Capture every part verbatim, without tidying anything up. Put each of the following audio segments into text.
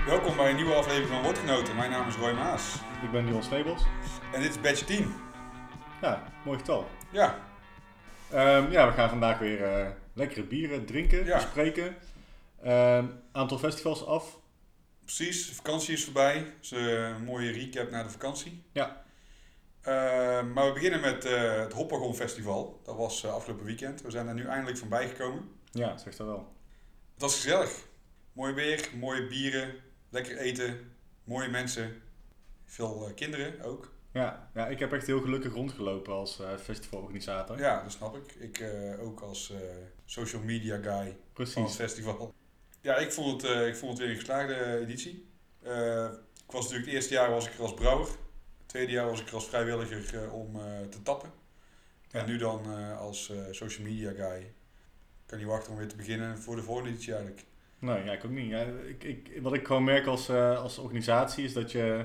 Welkom bij een nieuwe aflevering van Woordgenoten. Mijn naam is Roy Maas. Ik ben Niels Svebels. En dit is badge tien. Ja, mooi getal. Ja. Um, ja, we gaan vandaag weer uh, lekkere bieren drinken, ja. bespreken. Um, aantal festivals af. Precies, de vakantie is voorbij. Dus uh, een mooie recap na de vakantie. Ja. Uh, maar we beginnen met uh, het Hopwagon Festival. Dat was uh, afgelopen weekend. We zijn er nu eindelijk van bijgekomen. Ja, zeg dat wel. Het was gezellig. Mooi weer, mooie bieren, lekker eten, mooie mensen. Veel uh, kinderen ook. Ja, ja, ik heb echt heel gelukkig rondgelopen als uh, festivalorganisator. Ja, dat snap ik. Ik uh, ook als uh, social media guy Precies. van het festival. Ja, ik vond het, uh, ik vond het weer een geslaagde editie. Uh, ik was natuurlijk het eerste jaar was ik er als brouwer. Het tweede jaar was ik er als vrijwilliger uh, om uh, te tappen. Ja. En nu dan uh, als uh, social media guy. Ik kan niet wachten om weer te beginnen voor de volgende editie eigenlijk. Nee, ja, ik ook niet. Ja, ik, ik, wat ik gewoon merk als, uh, als organisatie is dat je...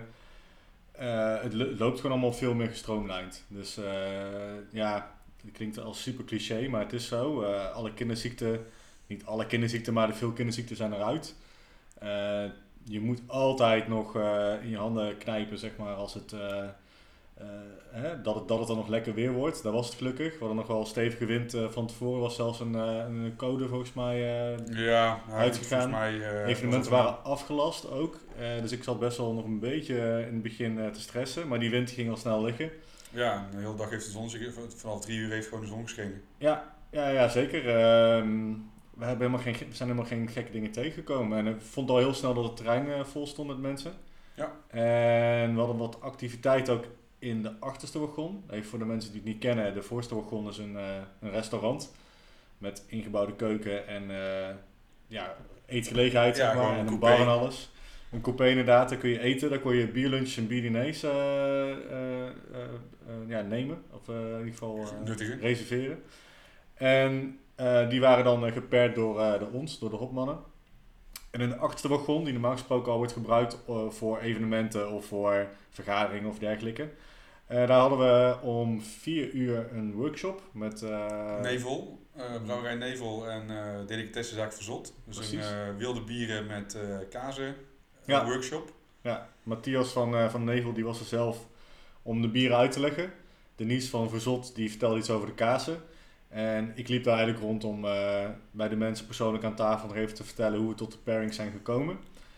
Uh, het loopt gewoon allemaal veel meer gestroomlijnd. Dus uh, ja, het klinkt als super cliché, maar het is zo. Uh, alle kinderziekten, niet alle kinderziekten, maar de veel kinderziekten zijn eruit. Uh, je moet altijd nog uh, in je handen knijpen, zeg maar, als het, uh, uh, hè, dat, het, dat het dan nog lekker weer wordt. Dat was het gelukkig. We hadden nog wel stevige wind uh, van tevoren. Was zelfs een, uh, een code volgens mij uh, ja, uitgegaan. Mij, uh, Evenementen waren afgelast ook. Uh, dus ik zat best wel nog een beetje uh, in het begin uh, te stressen. Maar die wind ging al snel liggen. Ja, de hele dag heeft de zon, vanaf drie uur heeft gewoon de zon geschenen. Ja, ja, ja zeker. Uh, we, hebben helemaal geen, we zijn helemaal geen gekke dingen tegengekomen. En ik vond al heel snel dat het terrein uh, vol stond met mensen. Ja. En we hadden wat activiteit ook in de achterste wagon. Even voor de mensen die het niet kennen. De voorste wagon is een, uh, een restaurant. Met ingebouwde keuken en uh, ja, eetgelegenheid ja, zeg maar. En een bar en alles. Een coupé inderdaad, daar kun je eten, daar kon je bierlunches en bierdiners uh, uh, uh, uh, ja, nemen. Of uh, in ieder geval uh, reserveren. En uh, die waren dan uh, geperd door, uh, door ons, door de hopmannen. En in de achterste wagon, die normaal gesproken al wordt gebruikt uh, voor evenementen of voor vergaderingen of dergelijke. Uh, daar hadden we om vier uur een workshop met... Uh, Nevel, uh, brouwerij Nevel en uh, delicatessenzaak Verzot. Dus Precies. een uh, wilde bieren met uh, kazen. Ja. Workshop. Ja, Matthias van, uh, van Nevel die was er zelf om de bieren uit te leggen. Denise van Verzot die vertelde iets over de kazen. En ik liep daar eigenlijk rond om uh, bij de mensen persoonlijk aan tafel nog even te vertellen hoe we tot de pairings zijn gekomen.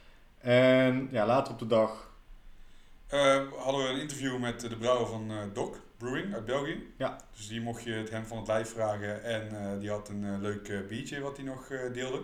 En ja, later op de dag... Uh, hadden we een interview met de brouwer van uh, Doc Brewing uit België. Ja. Dus die mocht je het hem van het lijf vragen en uh, die had een uh, leuk uh, biertje wat hij nog uh, deelde.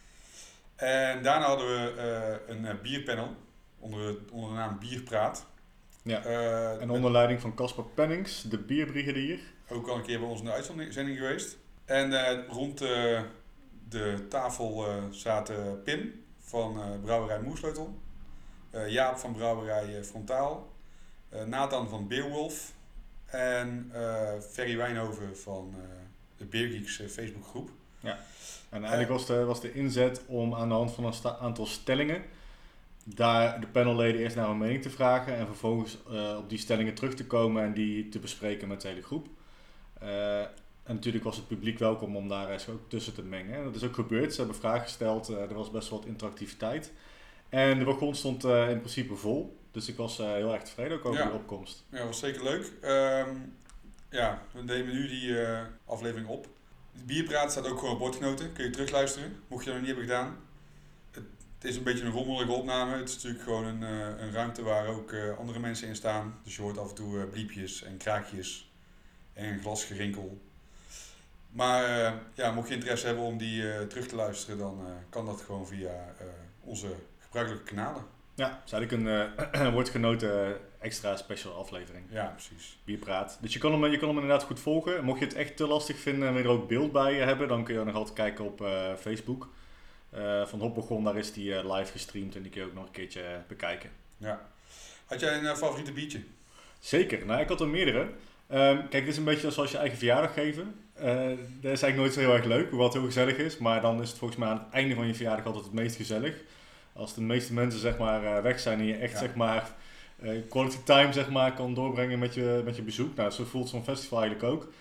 En daarna hadden we uh, een uh, bierpanel onder, onder de naam Bierpraat. Ja. Uh, en onder leiding van Casper Pennings, de bierbrigadier. Ook al een keer bij ons in de uitzending geweest. En uh, rond uh, de tafel uh, zaten Pim van uh, Brouwerij Moersleutel. Uh, Jaap van Brouwerij Frontaal. Uh, Nathan van Beerwolf. En uh, Ferry Wijnhoven van uh, de Beergeeks uh, Facebookgroep. Ja. En eigenlijk was de, was de inzet om aan de hand van een sta- aantal stellingen daar de panelleden eerst naar hun mening te vragen en vervolgens uh, op die stellingen terug te komen en die te bespreken met de hele groep. Uh, en natuurlijk was het publiek welkom om daar eens ook tussen te mengen. Dat is ook gebeurd. Ze hebben vragen gesteld. Uh, er was best wel wat interactiviteit. En de wagon stond uh, in principe vol. Dus ik was uh, heel erg tevreden ook over ja. de opkomst. Ja, dat was zeker leuk. Um, ja, we nemen nu die uh, aflevering op. De Bierpraat staat ook gewoon op Woordgenoten. Kun je terugluisteren, mocht je dat nog niet hebben gedaan. Het, het is een beetje een rommelige opname. Het is natuurlijk gewoon een, uh, een ruimte waar ook uh, andere mensen in staan. Dus je hoort af en toe uh, bliepjes en kraakjes en glasgerinkel. Maar uh, ja, mocht je interesse hebben om die uh, terug te luisteren, dan uh, kan dat gewoon via uh, onze gebruikelijke kanalen. Ja, het is eigenlijk een uh, Woordgenoten extra special aflevering. Ja, precies. Bierpraat. Dus je kan, hem, je kan hem inderdaad goed volgen. Mocht je het echt te lastig vinden en wil je er ook beeld bij hebben, dan kun je nog altijd kijken op uh, Facebook. Uh, van Hopwagon, daar is die uh, live gestreamd en die kun je ook nog een keertje uh, bekijken. Ja. Had jij een uh, favoriete biertje? Zeker. Nou, ik had er meerdere. Um, kijk, dit is een beetje zoals je eigen verjaardag geven. Uh, dat is eigenlijk nooit zo heel erg leuk, hoewel het heel gezellig is. Maar dan is het volgens mij aan het einde van je verjaardag altijd het meest gezellig. Als de meeste mensen zeg maar uh, weg zijn en je echt ja. zeg maar uh, quality time zeg maar kan doorbrengen met je, met je bezoek. Nou, zo voelt zo'n festival eigenlijk ook.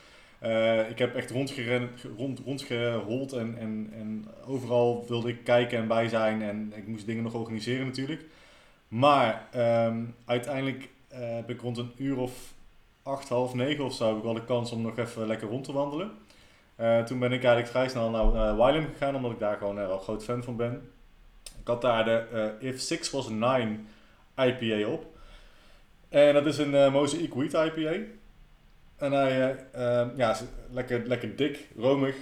Uh, ik heb echt rondgeren, rond, rondgerold en, en, en overal wilde ik kijken en bij zijn. En ik moest dingen nog organiseren natuurlijk. Maar um, uiteindelijk uh, heb ik rond een uur of acht, half negen of zo heb ik wel de kans om nog even lekker rond te wandelen. Uh, toen ben ik eigenlijk vrij snel naar uh, Wylam gegaan, omdat ik daar gewoon uh, wel groot fan van ben. Ik had daar de uh, If Six Was Nine I P A op. En dat is een uh, Mosaic Wheat I P A. En hij uh, uh, ja, lekker, lekker dik, romig.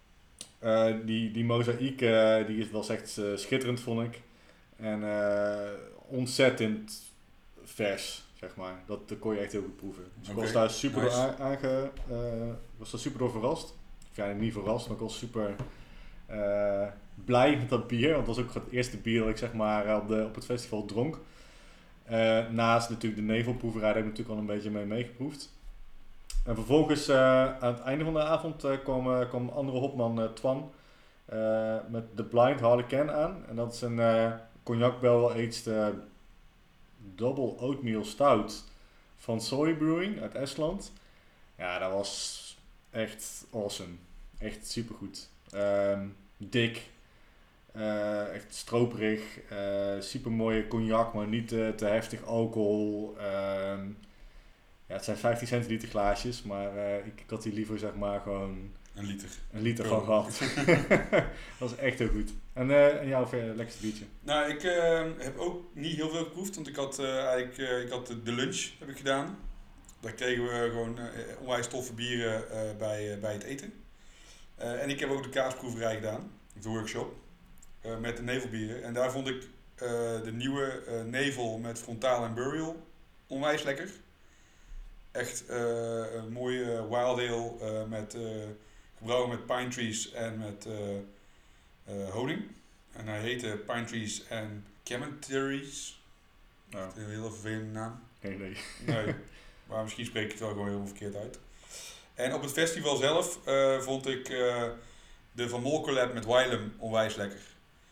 Uh, die, die Mosaic uh, die is wel echt uh, schitterend, vond ik. En uh, ontzettend vers, zeg maar. Dat, dat kon je echt heel goed proeven. Dus okay. ik was daar super nice. door, aange, uh, was daar super door verrast. Ja, niet verrast, maar ik was super uh, blij met dat bier. Want dat was ook het eerste bier dat ik zeg maar op, de, op het festival dronk. Uh, naast natuurlijk de nevelproeverij, daar heb ik natuurlijk al een beetje mee meegeproefd. En vervolgens uh, aan het einde van de avond uh, kwam, uh, kwam andere hopman uh, Twan uh, met de Blind Harlequin aan. En dat is een uh, cognac barrel aged uh, double oatmeal stout van Soy Brewing uit Estland. Ja, dat was echt awesome. Echt supergoed. Um, dik. Uh, echt stroperig. Uh, super mooie cognac, maar niet uh, te heftig alcohol. Um, ja, het zijn vijftien centiliter glaasjes, maar uh, ik, ik had die liever zeg maar gewoon... Een liter. Een liter gewoon gehad. Dat was echt heel goed. En, uh, en jouw uh, lekkerste biertje? Nou, ik uh, heb ook niet heel veel geproefd, want ik had uh, eigenlijk uh, ik had de, de lunch heb ik gedaan. Daar kregen we gewoon uh, onwijs toffe bieren uh, bij, uh, bij het eten. Uh, en ik heb ook de kaasproeverij gedaan, de workshop, uh, met de nevelbieren. En daar vond ik uh, de nieuwe uh, nevel met frontaal en burial onwijs lekker. Echt uh, een mooie uh, wild ale uh, met, uh, gebrouwen met pine trees en met uh, uh, honing. En hij heette Pine Trees en Cemeteries. Oh. Een hele vervelende naam. Geen idee. Nee, maar misschien spreek ik het wel gewoon helemaal verkeerd uit. En op het festival zelf uh, vond ik uh, de Van Mol collab met Wylam onwijs lekker.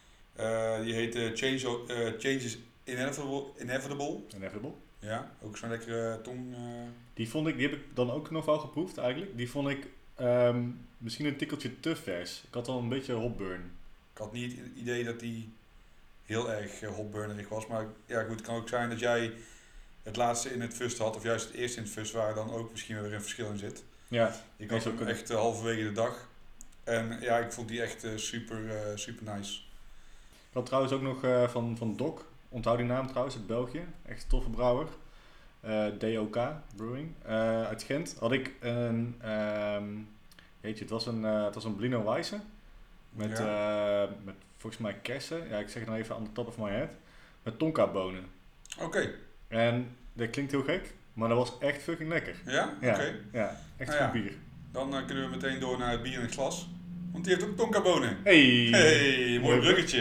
Uh, die heette Change, uh, Changes Inevitable. Inevitable. Inevitable. Ja, ook zo'n lekkere tong. Uh... Die vond ik, die heb ik dan ook nog wel geproefd eigenlijk. Die vond ik um, misschien een tikkeltje te vers. Ik had al een beetje hopburn. Ik had niet het idee dat die heel erg uh, hopburnerig was. Maar ja goed, het kan ook zijn dat jij het laatste in het fust had. Of juist het eerste in het fust, waar dan ook misschien weer een verschil in zit. Ja. Ik had hem echt uh, halverwege de dag. En ja, ik vond die echt uh, super, uh, super nice. Ik had trouwens ook nog uh, van, van Doc. Onthoud die naam trouwens, uit België. Echt een toffe brouwer. Uh, D O K Brewing. Uh, uit Gent had ik een... Um, weet je, het was een, uh, het was een Blino Weisse. Met, ja. uh, met volgens mij kersen. Ja, ik zeg het nou even aan de top of my head. Met tonka bonen. Oké. Okay. En dat klinkt heel gek. Maar dat was echt fucking lekker. Ja? Oké. Ja, okay. ja, echt nou goed ja. bier. Dan uh, kunnen we meteen door naar het bier in het glas. Want die heeft ook tonka bonen. Hey! Hey, mooi bruggetje.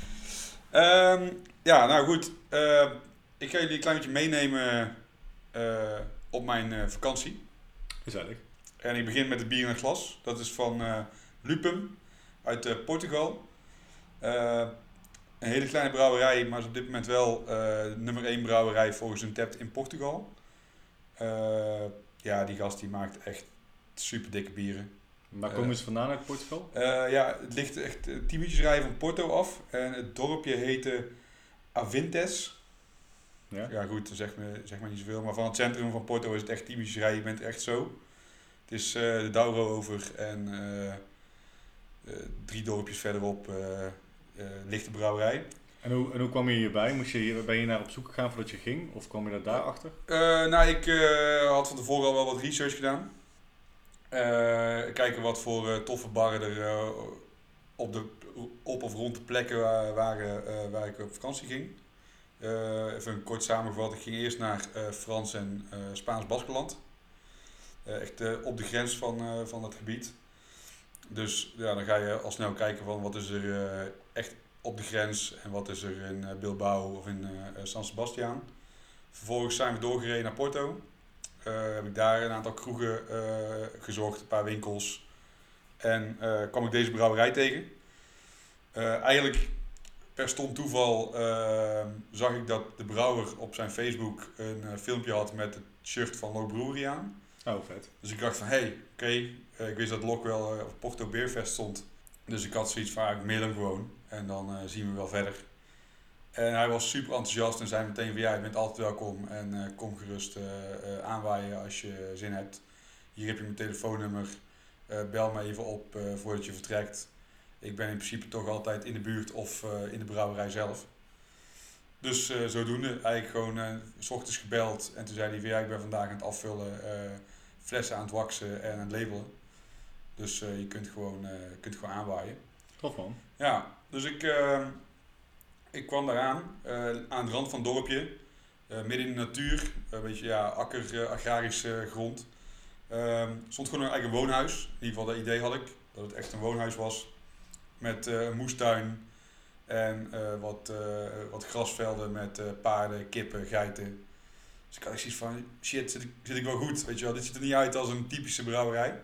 Um, ja, nou goed. Uh, ik ga jullie een klein beetje meenemen uh, op mijn uh, vakantie. Gezellig. En ik begin met het bier in het glas. Dat is van uh, Lupum uit uh, Portugal. Uh, een hele kleine brouwerij, maar is op dit moment wel uh, de nummer één brouwerij volgens Untappd in Portugal. Uh, ja, die gast die maakt echt super dikke bieren. Waar komen uh, ze vandaan uit Portugal? Uh, ja, het ligt echt tien minuutjes rijden van Porto af. En het dorpje heette Avintes. Ja, ja goed, zeg maar, zeg maar niet zoveel. Maar van het centrum van Porto is het echt tien minuutjes rijden. Je bent echt zo. Het is uh, de Douro over en uh, uh, drie dorpjes verderop uh, uh, ligt de brouwerij. En hoe, en hoe kwam je hierbij? Moest je hier, ben je naar op zoek gegaan voordat je ging? Of kwam je daar daarachter? Uh, nou, ik uh, had van tevoren al wel wat research gedaan. Uh, kijken wat voor uh, toffe barren er uh, op, de, op of rond de plekken waar, waar, uh, waar ik op vakantie ging. Uh, even kort samengevat, ik ging eerst naar uh, Frans en uh, Spaans-Baskeland. Uh, echt uh, op de grens van, uh, van het gebied. Dus ja, dan ga je al snel kijken van wat is er uh, echt op de grens en wat is er in uh, Bilbao of in uh, San Sebastián. Vervolgens zijn we doorgereden naar Porto. Uh, heb ik daar een aantal kroegen uh, gezocht, een paar winkels. En uh, kwam ik deze brouwerij tegen. Uh, eigenlijk per stom toeval uh, zag ik dat de brouwer op zijn Facebook een uh, filmpje had met het shirt van Low Brewery aan. Oh, vet. Dus ik dacht van, hé, hey, oké, okay, uh, ik wist dat Lok wel uh, op Porto Beerfest stond. Dus ik had zoiets van, ik mail hem gewoon en dan uh, zien we wel verder. En hij was super enthousiast en zei meteen van, ja, je bent altijd welkom en uh, kom gerust uh, uh, aanwaaien als je zin hebt. Hier heb je mijn telefoonnummer, uh, bel me even op uh, voordat je vertrekt. Ik ben in principe toch altijd in de buurt of uh, in de brouwerij zelf. Dus uh, zodoende, eigenlijk gewoon uh, 's ochtends gebeld en toen zei hij van, ja, ik ben vandaag aan het afvullen, uh, flessen aan het waksen en aan het labelen. Dus uh, je kunt gewoon, uh, kunt gewoon aanwaaien. Tof man. Ja, dus ik, uh, ik kwam daaraan, uh, aan de rand van het dorpje, uh, midden in de natuur, een beetje ja, akker, uh, agrarische grond. Uh, stond gewoon een eigen woonhuis, in ieder geval dat idee had ik, dat het echt een woonhuis was. Met uh, een moestuin en uh, wat, uh, wat grasvelden met uh, paarden, kippen, geiten. Dus ik had zoiets van, shit, zit ik, zit ik wel goed, weet je wel. Dit ziet er niet uit als een typische brouwerij.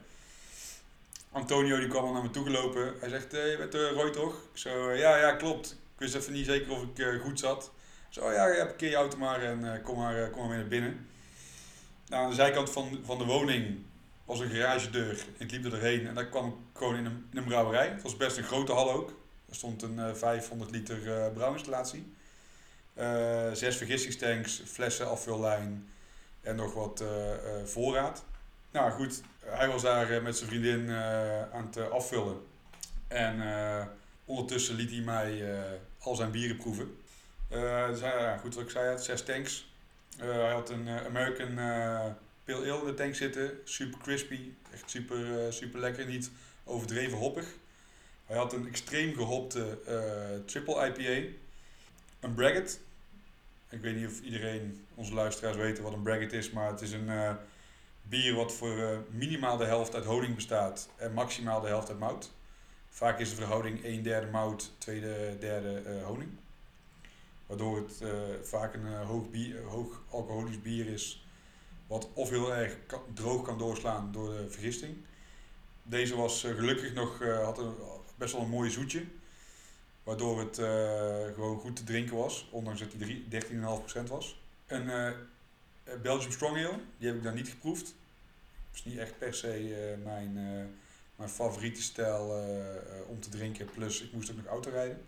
Antonio die kwam al naar me toe gelopen. Hij zegt, hey, je bent uh, Roy toch? Ik zo, uh, ja, ja, klopt. Ik wist even niet zeker of ik uh, goed zat. Zo, oh, ja, ja, parkeer je auto maar en uh, kom, maar, uh, kom maar mee naar binnen. Nou, aan de zijkant van, van de woning was een garagedeur. Ik liep er doorheen en daar kwam ik gewoon in een, in een brouwerij. Het was best een grote hal ook. Er stond een uh, vijfhonderd liter uh, brouwinstallatie. Uh, zes vergistingstanks, flessen, afvullijn en nog wat uh, uh, voorraad. Nou goed, hij was daar uh, met zijn vriendin uh, aan het uh, afvullen. En uh, ondertussen liet hij mij uh, al zijn bieren proeven. Uh, dus hij, ja, goed wat ik zei, hij had zes tanks. Uh, hij had een uh, American uh, Pale Ale in de tank zitten. Super crispy, echt super, uh, super lekker, niet overdreven hoppig. Hij had een extreem gehopte uh, triple I P A. Een braggot. Ik weet niet of iedereen, onze luisteraars, weten wat een braggot is, maar het is een uh, bier wat voor uh, minimaal de helft uit honing bestaat en maximaal de helft uit mout. Vaak is de verhouding een derde mout, twee derde uh, honing. Waardoor het uh, vaak een uh, hoog, bier, hoog alcoholisch bier is, wat of heel erg kan, droog kan doorslaan door de vergisting. Deze was uh, gelukkig nog, uh, had een, best wel een mooi zoetje. Waardoor het uh, gewoon goed te drinken was, ondanks dat hij dertien komma vijf procent was. Een uh, Belgium Strong Ale, die heb ik dan niet geproefd. Dat is niet echt per se uh, mijn, uh, mijn favoriete stijl uh, uh, om te drinken, plus ik moest ook nog auto rijden.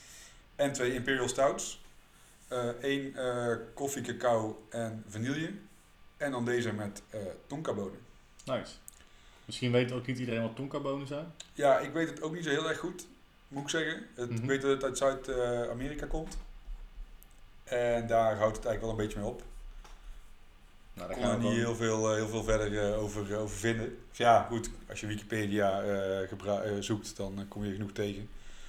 En twee Imperial Stouts. Eén uh, uh, koffie, cacao en vanille. En dan deze met uh, tonkabonen. Nice. Misschien weet ook niet iedereen wat tonkabonen zijn? Ja, ik weet het ook niet zo heel erg goed. Moet ik zeggen. Het, mm-hmm. Ik weet dat het uit Zuid-Amerika komt. En daar houdt het eigenlijk wel een beetje mee op. Nou, ik kon er niet heel veel, heel veel verder uh, over, over vinden. Dus ja, goed. Als je Wikipedia uh, gebra- uh, zoekt, dan uh, kom je er genoeg tegen.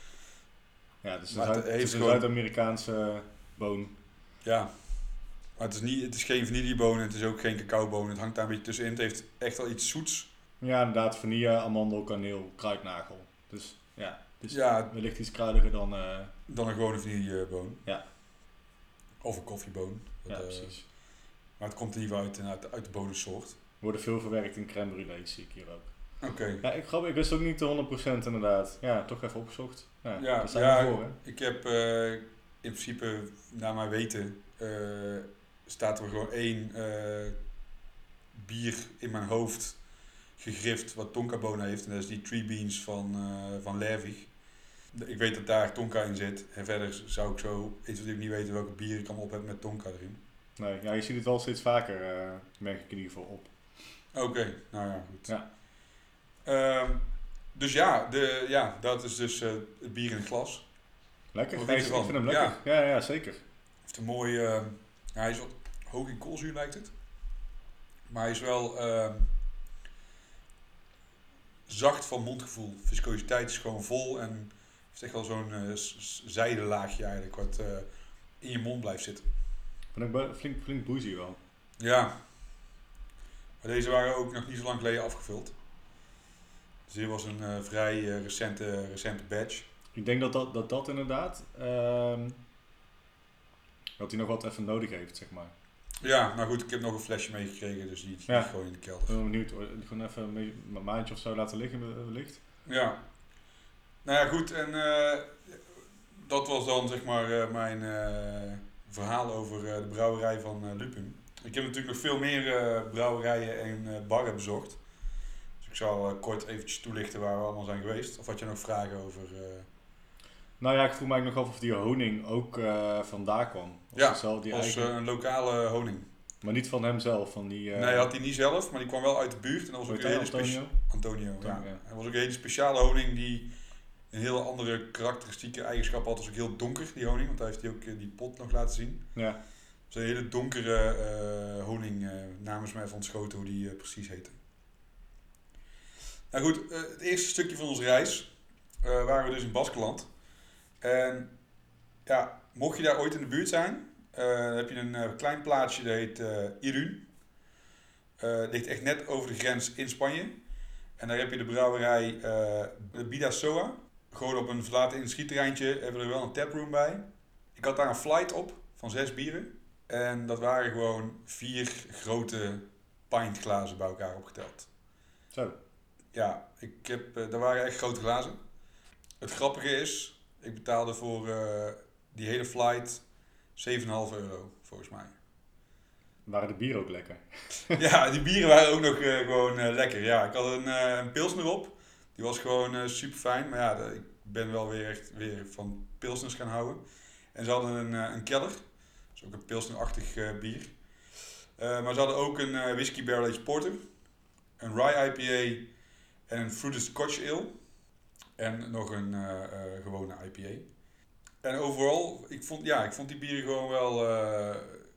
Ja, dus het, het, het is een gewoon... Zuid-Amerikaanse boon. Ja. Maar het is, niet, het is geen vanillebonen, het is ook geen cacaobonen. Het hangt daar een beetje tussenin. Het heeft echt wel iets zoets. Ja, inderdaad. Vanille, amandel, kaneel, kruidnagel. Dus ja... Dus ja, wellicht iets kruidiger dan... Uh... Dan een gewone vanilleboon. Ja. Of een koffieboon. Dat, ja, uh, precies. Maar het komt in ieder geval uit, uit, uit de bonensoort. Worden veel verwerkt in crème brûlée, zie ik hier ook. Oké. Okay. Ja, ik, ik wist ook niet de honderd procent inderdaad. Ja, toch even opgezocht. Ja, ja, daar zijn ja we voor, hè? Ik heb uh, in principe, naar mijn weten, uh, staat er gewoon één uh, bier in mijn hoofd gegrift wat tonkabonen heeft. En dat is die Three Beans van, uh, van Lervig. Ik weet dat daar tonka in zit. En verder zou ik zo iets niet weten welke bier ik kan op heb met tonka erin. Nee, ja, je ziet het wel steeds vaker, uh, merk ik in ieder geval op. Oké, okay, nou ja, goed. Ja. Uh, dus ja, de, ja, dat is dus uh, het bier in het glas. Lekker, ja, ik vind hem lekker. Ja, ja, ja zeker. Heeft een mooi, uh, ja, hij is wat hoog in koolzuur lijkt het. Maar hij is wel uh, zacht van mondgevoel. Viscositeit is gewoon vol en heeft echt wel zo'n uh, zijdelaagje eigenlijk wat uh, in je mond blijft zitten. Vind ik flink, flink boozy wel. Ja. Maar deze waren ook nog niet zo lang geleden afgevuld. Dus dit was een uh, vrij uh, recente, recente batch. Ik denk dat dat, dat, dat inderdaad, uh, dat hij nog wat even nodig heeft, zeg maar. Ja, nou goed, ik heb nog een flesje meegekregen, dus die ligt ja. gewoon in de kelder. Ik ben benieuwd, gewoon even een, een maandje of zo laten liggen, wellicht. Ja. Nou ja, goed, en uh, dat was dan zeg maar uh, mijn uh, verhaal over uh, de brouwerij van uh, Lupum. Ik heb natuurlijk nog veel meer uh, brouwerijen en uh, barren bezocht. Dus ik zal uh, kort eventjes toelichten waar we allemaal zijn geweest. Of had je nog vragen over... Uh... Nou ja, ik vroeg me eigenlijk nog af of die honing ook uh, vandaar kwam. Of ja, zelf die als eigen... uh, een lokale honing. Maar niet van hem zelf? Van die, uh... Nee, had hij niet zelf, maar die kwam wel uit de buurt. En dat was ook een hele Antonio? Antonio, ja. ja. Dat was ook een hele speciale honing die een hele andere karakteristieke eigenschap had. Het was ook heel donker, die honing. Want daar heeft hij ook uh, die pot nog laten zien. Ja. Het is een hele donkere uh, honing, uh, namens mij van ontschoten hoe die uh, precies heette. Nou goed, uh, het eerste stukje van onze reis uh, waren we dus in Baskeland. En ja, mocht je daar ooit in de buurt zijn, uh, dan heb je een uh, klein plaatsje dat heet uh, Irún. Uh, het ligt echt net over de grens in Spanje. En daar heb je de brouwerij uh, Bidasoa. Gewoon op een verlaten industrieterreintje hebben we er wel een taproom bij. Ik had daar een flight op van zes bieren. En dat waren gewoon vier grote pintglazen bij elkaar opgeteld. Zo. Ja, ik heb, uh, dat waren echt grote glazen. Het grappige is, ik betaalde voor uh, die hele flight zeven komma vijf euro, volgens mij. Waren de bieren ook lekker? Ja, die bieren waren ook nog uh, gewoon uh, lekker. Ja, ik had een, uh, een pilsner op. Die was gewoon uh, super fijn. Maar ja, de, ik ben wel weer echt weer van pilsners gaan houden. En ze hadden een, uh, een keller. Dat is ook een pilsnerachtig uh, bier. Uh, maar ze hadden ook een uh, whisky barrel aged porter. Een rye I P A. En een fruited scotch ale. En nog een uh, uh, gewone I P A. En overal, ik vond, ja, ik vond die bieren gewoon wel uh,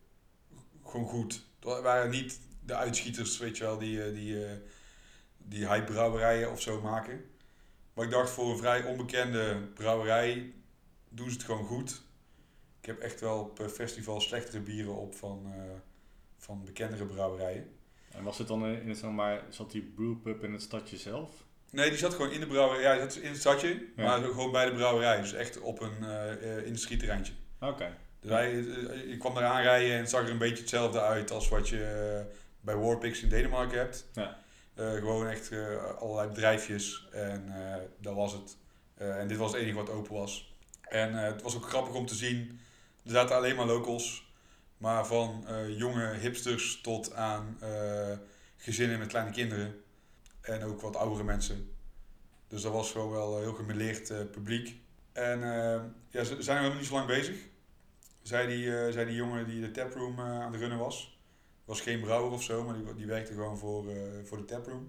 gewoon goed. Het waren niet de uitschieters, weet je wel, die, die, uh, die hype brouwerijen of zo maken. Maar ik dacht, voor een vrij onbekende brouwerij doen ze het gewoon goed. Ik heb echt wel op festivals slechtere bieren op van, uh, van bekendere brouwerijen. En was het dan in het, zeg maar, zat die brewpub in het stadje zelf? Nee, die zat gewoon in de brouwerij. Ja, die zat in het stadje, ja. Maar gewoon bij de brouwerij. Dus echt op een uh, industrieterreintje. Oké. Okay. Dus hij, uh, je kwam eraan rijden en het zag er een beetje hetzelfde uit als wat je uh, bij Warpix in Denemarken hebt. Ja. Uh, gewoon echt uh, allerlei bedrijfjes en uh, dat was het. Uh, en dit was het enige wat open was. En uh, het was ook grappig om te zien. Er zaten alleen maar locals. Maar van uh, jonge hipsters tot aan uh, gezinnen met kleine kinderen. En ook wat oudere mensen. Dus dat was gewoon wel heel gemêleerd uh, publiek. En uh, ja, ze zijn helemaal niet zo lang bezig. Zij die, uh, zij die jongen die de taproom uh, aan de runnen was. Was geen brouwer of zo, maar die, die werkte gewoon voor, uh, voor de taproom.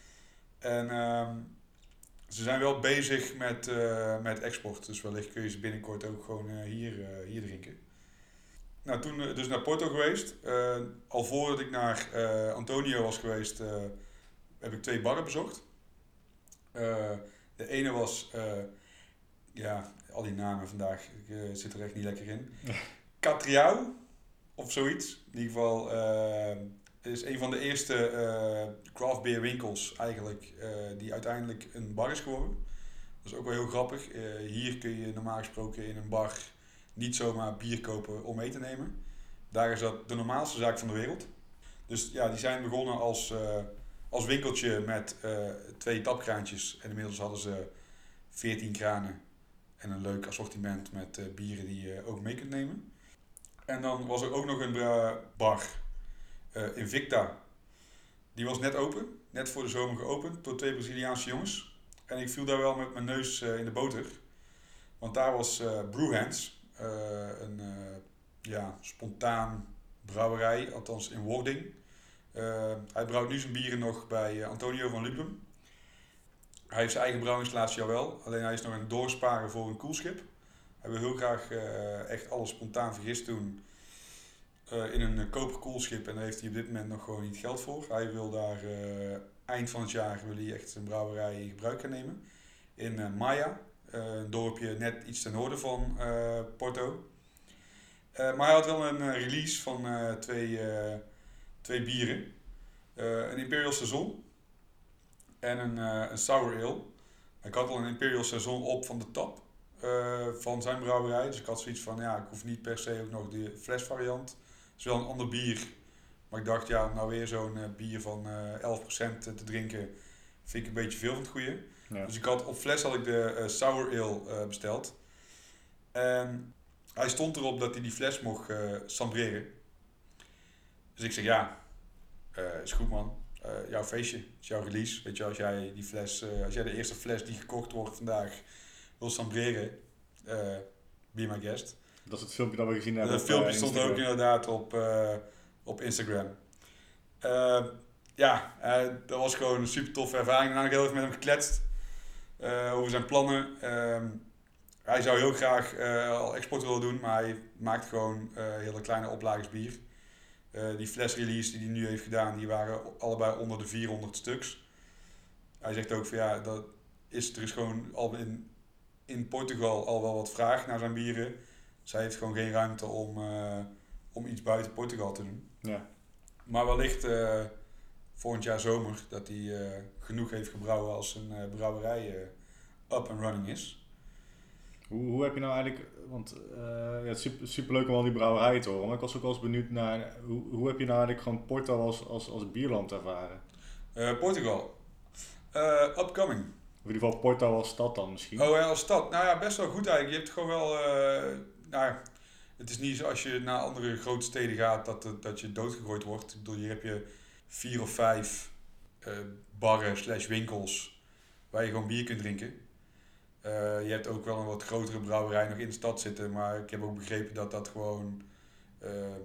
En uh, ze zijn wel bezig met, uh, met export. Dus wellicht kun je ze binnenkort ook gewoon uh, hier, uh, hier drinken. Nou, toen uh, dus naar Porto geweest. Uh, al voordat ik naar uh, Antonio was geweest, uh, heb ik twee barren bezocht. Uh, de ene was, uh, ja, al die namen vandaag, ik uh, zit er echt niet lekker in. Catriau, of zoiets. In ieder geval, uh, is een van de eerste uh, craft beer winkels eigenlijk, uh, die uiteindelijk een bar is geworden. Dat is ook wel heel grappig. Uh, hier kun je normaal gesproken in een bar niet zomaar bier kopen om mee te nemen. Daar is dat de normaalste zaak van de wereld. Dus ja, die zijn begonnen als... Uh, Als winkeltje met uh, twee tapkraantjes. En inmiddels hadden ze veertien kranen. En een leuk assortiment met uh, bieren die je ook mee kunt nemen. En dan was er ook nog een uh, bar. Uh, Invicta. Die was net open. Net voor de zomer geopend. Door twee Braziliaanse jongens. En ik viel daar wel met mijn neus uh, in de boter. Want daar was uh, Brewhands. Uh, een uh, ja, spontaan brouwerij. Althans in wording. Uh, hij brouwt nu zijn bieren nog bij uh, Antonio van Lubum. Hij heeft zijn eigen brouwingsinstallatie al wel, alleen hij is nog aan het doorsparen voor een koelschip. Hij wil heel graag uh, echt alles spontaan vergist doen uh, in een uh, koper koelschip en daar heeft hij op dit moment nog gewoon niet geld voor. Hij wil daar uh, eind van het jaar wil hij echt zijn brouwerij in gebruik gaan nemen. In uh, Maya, uh, een dorpje net iets ten noorden van uh, Porto. Uh, maar hij had wel een uh, release van uh, twee... Uh, Twee bieren. Uh, een Imperial Saison. En een, uh, een Sour Ale. Ik had al een Imperial Saison op van de tap. Uh, van zijn brouwerij. Dus ik had zoiets van, ja, ik hoef niet per se ook nog de flesvariant. Het is wel een ander bier. Maar ik dacht, ja, nou weer zo'n uh, bier van uh, elf procent te drinken. Vind ik een beetje veel van het goede. Ja. Dus ik had, op fles had ik de uh, Sour Ale uh, besteld. En hij stond erop dat hij die fles mocht uh, sambreren. Dus ik zeg ja, uh, is goed man. Uh, jouw feestje, is jouw release. Weet je, als jij die fles, uh, als jij de eerste fles die gekocht wordt vandaag wil sambreren, uh, be my guest. Dat is het filmpje dat we gezien hebben. Het filmpje uh, stond ook inderdaad op, uh, op Instagram. Uh, ja, uh, dat was gewoon een super toffe ervaring. Daarna heb ik heel even met hem gekletst uh, over zijn plannen. Uh, hij zou heel graag uh, al export willen doen, maar hij maakt gewoon uh, hele kleine oplages bier. Uh, die flesrelease die hij nu heeft gedaan, die waren allebei onder de vierhonderd stuks. Hij zegt ook van ja, dat is, er is gewoon al in, in Portugal al wel wat vraag naar zijn bieren. Zij heeft gewoon geen ruimte om, uh, om iets buiten Portugal te doen. Ja. Maar wellicht uh, volgend jaar zomer dat hij uh, genoeg heeft gebrouwen als een uh, brouwerij uh, up and running is. Hoe, hoe heb je nou eigenlijk, want uh, ja, het is super, super leuk om al die brouwerijen te horen, maar ik was ook wel eens benieuwd naar, hoe, hoe heb je nou eigenlijk gewoon Porto als, als, als bierland ervaren? Uh, Portugal. Uh, upcoming. Of in ieder geval Porto als stad dan misschien? Oh ja, als stad. Nou ja, best wel goed eigenlijk. Je hebt gewoon wel, uh, nou, het is niet zoals je naar andere grote steden gaat dat, dat je doodgegooid wordt. Ik bedoel, hier heb je vier of vijf uh, barren slash winkels waar je gewoon bier kunt drinken. Uh, je hebt ook wel een wat grotere brouwerij nog in de stad zitten, maar ik heb ook begrepen dat dat gewoon, uh,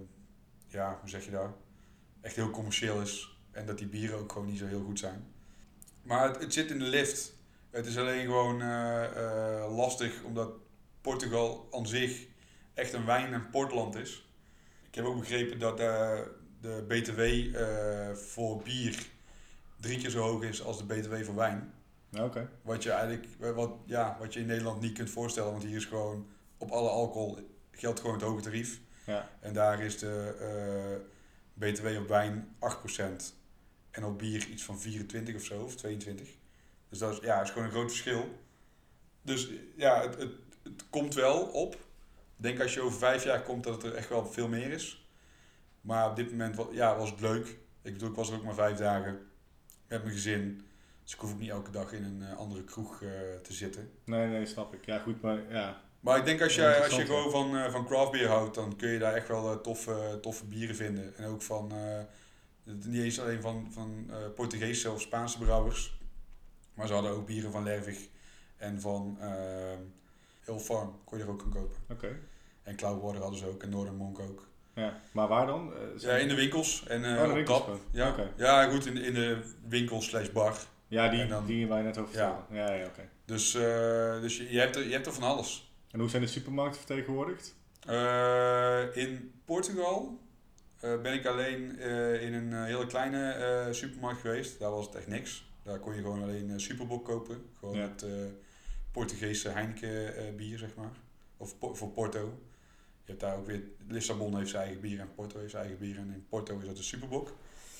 ja, hoe zeg je dat, echt heel commercieel is. En dat die bieren ook gewoon niet zo heel goed zijn. Maar het, het zit in de lift. Het is alleen gewoon uh, uh, lastig omdat Portugal aan zich echt een wijn- en portland is. Ik heb ook begrepen dat uh, de B T W uh, voor bier drie keer zo hoog is als de B T W voor wijn. Ja, okay. Wat je eigenlijk, wat, ja, wat je in Nederland niet kunt voorstellen, want hier is gewoon op alle alcohol geldt gewoon het hoge tarief. Ja. En daar is de uh, B T W op wijn acht procent en op bier iets van vierentwintig of zo, of tweeëntwintig. Dus dat is, ja, is gewoon een groot verschil. Dus ja, het, het, het komt wel op. Ik denk als je over vijf jaar komt dat het er echt wel veel meer is. Maar op dit moment ja, was het leuk. Ik bedoel, ik was er ook maar vijf dagen met mijn gezin. Dus ik hoef ook niet elke dag in een uh, andere kroeg uh, te zitten. Nee, nee, snap ik. Ja, goed, maar ja. Maar ik denk als je, als je gewoon van, uh, van craft beer houdt, dan kun je daar echt wel uh, toffe, toffe bieren vinden. En ook van, uh, niet eens alleen van, van uh, Portugese of Spaanse brouwers. Maar ze hadden ook bieren van Lervig en van uh, Hill Farm, kon je er ook gaan kopen. Oké. Okay. En Cloudwater hadden ze ook en Northern Monk ook. Ja, maar waar dan? Uh, ja, in de winkels en uh, oh, op tap. Ja, okay. ja, goed, in, in de winkel slash bar. Ja, die, dan, die waar je net over vertelde. Ja, ja, ja oké. Okay. Dus, uh, dus je, je, hebt er, je hebt er van alles. En hoe zijn de supermarkten vertegenwoordigd? Uh, in Portugal uh, ben ik alleen uh, in een uh, hele kleine uh, supermarkt geweest. Daar was het echt niks. Daar kon je gewoon alleen uh, Superboc kopen. Gewoon ja. het uh, Portugese Heineken uh, bier, zeg maar. Of po- voor Porto. Je hebt daar ook weer, Lissabon heeft zijn eigen bier en Porto heeft zijn eigen bier. En in Porto is dat de Superboc.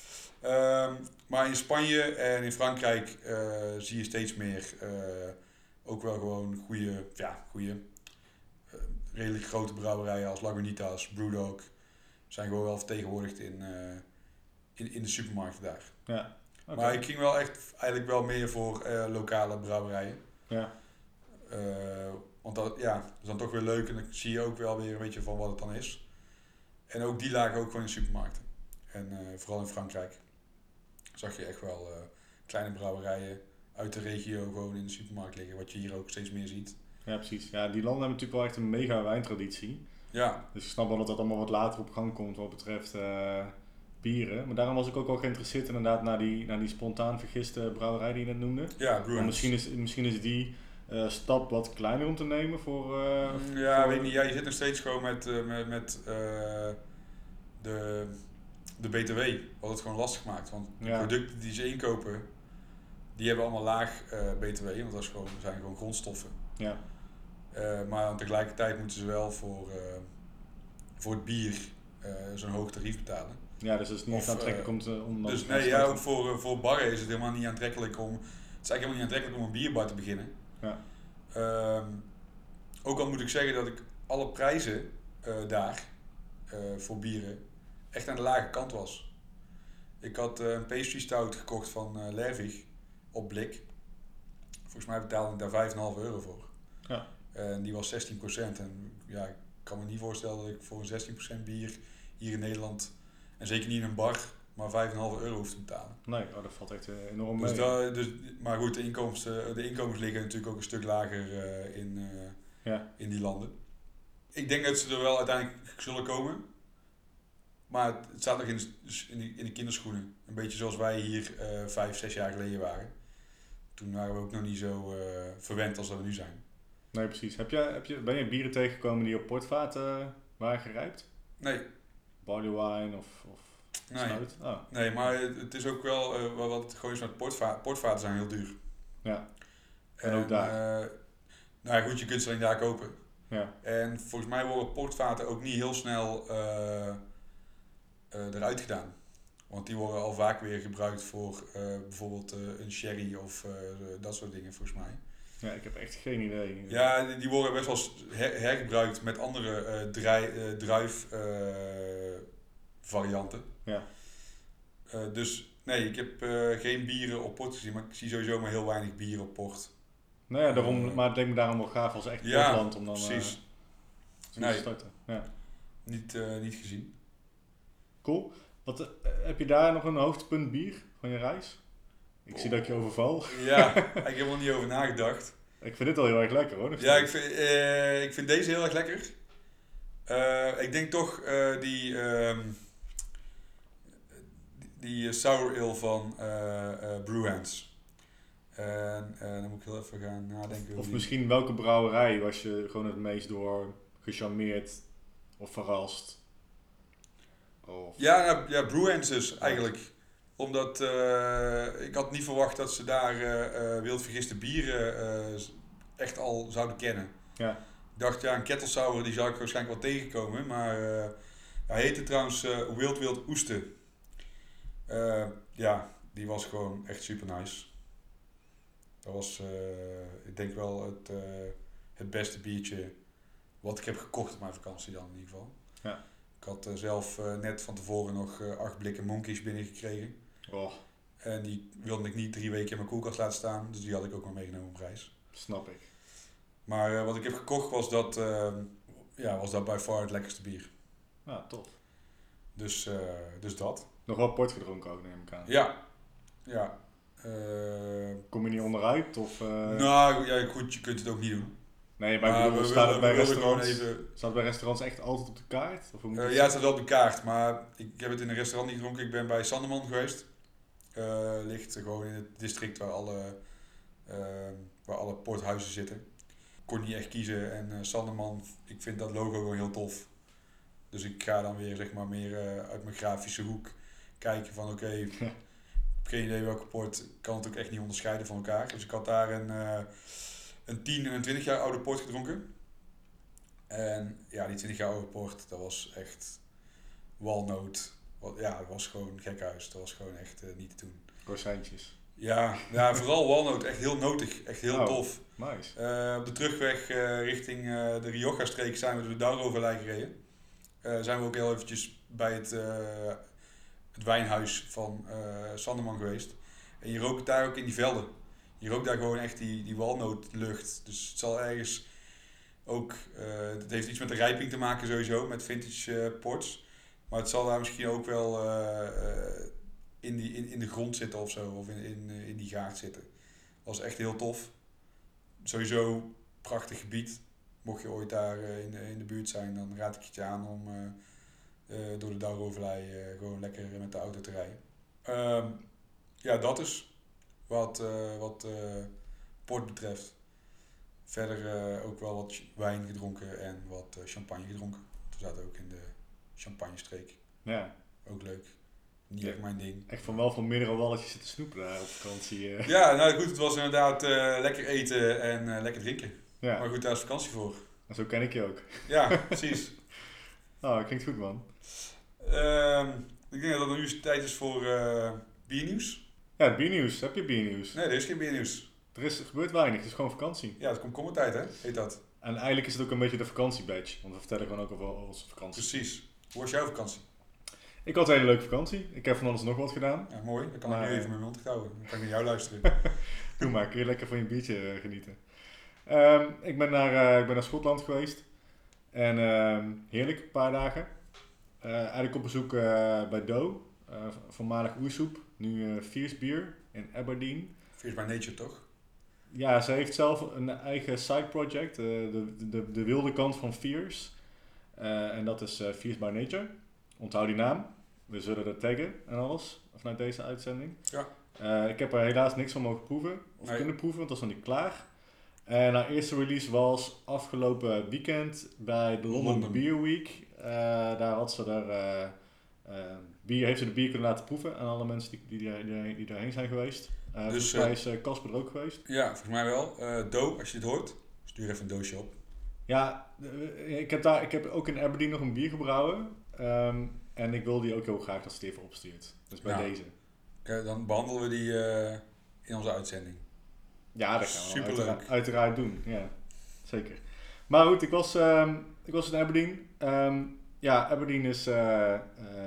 Um, maar in Spanje en in Frankrijk uh, zie je steeds meer uh, ook wel gewoon goede, ja, goede, uh, redelijk grote brouwerijen als Lagunitas, Brewdog. Zijn gewoon wel vertegenwoordigd in, uh, in, in de supermarkten daar. Ja. Okay. Maar ik ging wel echt eigenlijk wel meer voor uh, lokale brouwerijen. Ja. Uh, want dat, ja, dat is dan toch weer leuk en dan zie je ook wel weer een beetje van wat het dan is. En ook die lagen ook gewoon in supermarkten. En uh, vooral in Frankrijk zag je echt wel uh, kleine brouwerijen uit de regio gewoon in de supermarkt liggen. Wat je hier ook steeds meer ziet. Ja, precies. Ja, die landen hebben natuurlijk wel echt een mega wijntraditie. Ja. Dus ik snap wel dat dat allemaal wat later op gang komt wat betreft uh, bieren. Maar daarom was ik ook wel geïnteresseerd inderdaad naar die, naar die spontaan vergiste brouwerij die je net noemde. Ja, Bruins. Misschien is, misschien is die uh, stap wat kleiner om te nemen voor... Uh, ja, voor... weet niet. Ja, je zit nog steeds gewoon met, uh, met, met uh, de, de B T W, wat het gewoon lastig maakt. Want de ja. producten die ze inkopen, die hebben allemaal laag uh, B T W, want dat is gewoon, zijn gewoon grondstoffen. Ja. Uh, maar tegelijkertijd moeten ze wel voor, uh, voor het bier uh, zo'n hoog tarief betalen. Ja, dus het is niet of, aantrekkelijk om te... Om dus nee, ja, ook voor, uh, voor barren is het helemaal niet aantrekkelijk om... Het is eigenlijk helemaal niet aantrekkelijk om een bierbar te beginnen. Ja. Um, ook al moet ik zeggen dat ik alle prijzen uh, daar uh, voor bieren echt aan de lage kant was. Ik had uh, een pastry stout gekocht van uh, Lervig op blik. Volgens mij betaalde ik daar vijf komma vijf euro voor. Ja. En die was zestien procent. En ja, ik kan me niet voorstellen dat ik voor een zestien procent bier hier in Nederland En zeker niet in een bar, maar vijf komma vijf euro hoeft te betalen. Nee, oh, dat valt echt uh, enorm Dus mee. dat, dus, maar goed, de inkomens, de inkomens liggen natuurlijk ook een stuk lager uh, in, uh, ja. in die landen. Ik denk dat ze er wel uiteindelijk zullen komen. Maar het, het staat nog in de, in, de, in de kinderschoenen. Een beetje zoals wij hier uh, vijf, zes jaar geleden waren. Toen waren we ook nog niet zo uh, verwend als dat we nu zijn. Nee, precies. Heb je, heb je, ben je bieren tegengekomen die op portvaten uh, waren gerijpt? Nee. Barley wine of, of nee. snuit? Oh. Nee, maar het, het is ook wel, uh, wat het gewoon is met portvaten. Portvaten zijn heel duur. Ja. En, en ook daar? Uh, nou goed, je kunt ze alleen daar kopen. Ja. En volgens mij worden portvaten ook niet heel snel uh, uh, eruit gedaan. Want die worden al vaak weer gebruikt voor uh, bijvoorbeeld uh, een sherry of uh, dat soort dingen volgens mij. Ja, ik heb echt geen idee. Ja, die, die worden best wel her- hergebruikt met andere uh, drui, uh, druif uh, varianten. Ja. Uh, dus nee, ik heb uh, geen bieren op port gezien, maar ik zie sowieso maar heel weinig bieren op port. Nou ja, daarom, uh, maar het leek me daarom wel gaaf als echt ja, portland om dan precies. Uh, nee, te starten. Ja. Niet, uh, niet gezien. Cool. Wat, uh, heb je daar nog een hoofdpunt bier van je reis? Ik oh. zie dat ik je overval. Ja, ik heb er niet over nagedacht. Ik vind dit al heel erg lekker hoor. Ja, ik vind, uh, ik vind deze heel erg lekker. Uh, ik denk toch uh, die, uh, die, die sour ale van uh, uh, Brewhands. En uh, dan moet ik heel even gaan nadenken. Of die... misschien welke brouwerij was je gewoon het meest door gecharmeerd of verrast? Of... Ja, nou, ja, Brewhands dus eigenlijk. Omdat uh, ik had niet verwacht dat ze daar uh, uh, wildvergiste bieren uh, echt al zouden kennen. Ja. Ik dacht, ja, een kettle sour die zou ik waarschijnlijk wel tegenkomen. Maar uh, hij heette trouwens uh, Wild Wild Oeste. Uh, ja, die was gewoon echt super nice. Dat was, uh, ik denk wel het, uh, het beste biertje wat ik heb gekocht op mijn vakantie dan in ieder geval. Ja. Ik had uh, zelf uh, net van tevoren nog uh, acht blikken Monkeys binnengekregen. Oh. En die wilde ik niet drie weken in mijn koelkast laten staan. Dus die had ik ook maar meegenomen op reis. Snap ik. Maar uh, wat ik heb gekocht was dat, uh, ja, was dat by far het lekkerste bier. Ja, tof. Dus, uh, dus dat. Nog wel port gedronken ook, neem ik aan. Ja. Ja. Uh, Kom je niet onderuit? Of, uh... Nou ja, goed, je kunt het ook niet doen. Nee, maar ik bedoel, staat het bij restaurants, even... staat bij restaurants echt altijd op de kaart? Of hoe moet uh, ja, het staat wel op de kaart, maar ik heb het in een restaurant niet gedronken. Ik ben bij Sanderman geweest. Uh, ligt gewoon in het district waar alle, uh, waar alle porthuizen zitten. Ik kon niet echt kiezen en uh, Sanderman, ik vind dat logo gewoon heel tof. Dus ik ga dan weer zeg maar meer uh, uit mijn grafische hoek kijken van oké, okay, ik heb geen idee welke port, ik kan het ook echt niet onderscheiden van elkaar. Dus ik had daar een, uh, een tien en een twintig jaar oude port gedronken. En ja, die twintig jaar oude port, dat was echt walnoot. Ja, het was gewoon gekhuis. Dat was gewoon echt uh, niet te doen. Croissantjes. Ja, ja, vooral walnoot. Echt heel notig. Echt heel oh, tof. Nice. Uh, op de terugweg uh, richting uh, de Rioja-streek zijn we door de Dourovallei gereden. Uh, zijn we ook heel eventjes bij het, uh, het wijnhuis van uh, Sanderman geweest. En je rookt daar ook in die velden. Je rookt daar gewoon echt die, die walnootlucht. Dus het zal ergens ook... Uh, het heeft iets met de rijping te maken sowieso, met vintage uh, ports. Maar het zal daar misschien ook wel uh, uh, in, die, in, in de grond zitten of zo. Of in, in, uh, in die gaard zitten. Dat was echt heel tof. Sowieso prachtig gebied. Mocht je ooit daar uh, in, de, in de buurt zijn, dan raad ik het je aan om uh, uh, door de Dourovallei uh, gewoon lekker met de auto te rijden. Uh, ja, dat is wat, uh, wat uh, port betreft. Verder uh, ook wel wat wijn gedronken en wat uh, champagne gedronken. We zaten ook in de champagne-streek. Ja. Ook leuk. Niet ja. echt mijn ding. Echt van wel van meerdere walletjes zitten snoepen daar op vakantie. Uh. Ja, nou goed, het was inderdaad uh, lekker eten en uh, lekker drinken. Ja. Maar goed, daar is vakantie voor. En zo ken ik je ook. Ja, precies. Oh, klinkt goed man. Uh, ik denk dat het nu tijd is voor uh, biernieuws. Ja, biernieuws. Heb je biernieuws? Nee, er is geen biernieuws. Er, is, er gebeurt weinig, het is gewoon vakantie. Ja, het komt kommertijd hè, heet dat. En eigenlijk is het ook een beetje de vakantiebadge, want we vertellen gewoon ook over onze vakantie. Precies. Hoe was jouw vakantie? Ik had een hele leuke vakantie. Ik heb van alles nog wat gedaan. Ja, mooi. Dan kan maar, ik nu even mijn mond houden. Dan kan ik naar jou luisteren. Doe maar, kun je lekker van je biertje uh, genieten. Um, ik, ben naar, uh, ik ben naar Schotland geweest. En um, heerlijk, een paar dagen. Uh, eigenlijk op bezoek uh, bij Do, uh, voormalig Oersoep, nu uh, Fierce Beer in Aberdeen. Fierce by Nature, toch? Ja, ze heeft zelf een eigen side project, uh, de, de, de wilde kant van Fierce. Uh, en dat is uh, Fierce by Nature. Onthoud die naam. We zullen er taggen en alles vanuit deze uitzending. Ja. Uh, ik heb er helaas niks van mogen proeven, of nee. kunnen proeven, want dat was nog niet klaar. En haar eerste release was afgelopen weekend bij de London, London. Beer Week. Uh, daar had ze er, uh, uh, bier, heeft ze de bier kunnen laten proeven aan alle mensen die, die, die, die daarheen zijn geweest. Uh, dus, volgens mij is Casper uh, er ook geweest. Ja, volgens mij wel. Uh, Do, als je dit hoort, stuur even een doosje op. Ja, uh, ik, heb daar, ik heb ook in Aberdeen nog een bier gebrouwen. Um, en ik wil die ook heel graag dat ze het even opstuurt. Dus bij ja. deze. Okay, dan behandelen we die uh, in onze uitzending. Ja, dat gaan we uiteraard, uiteraard doen. Ja, zeker. Maar goed, ik was, um, ik was in Aberdeen. Um, ja, Aberdeen is uh, uh,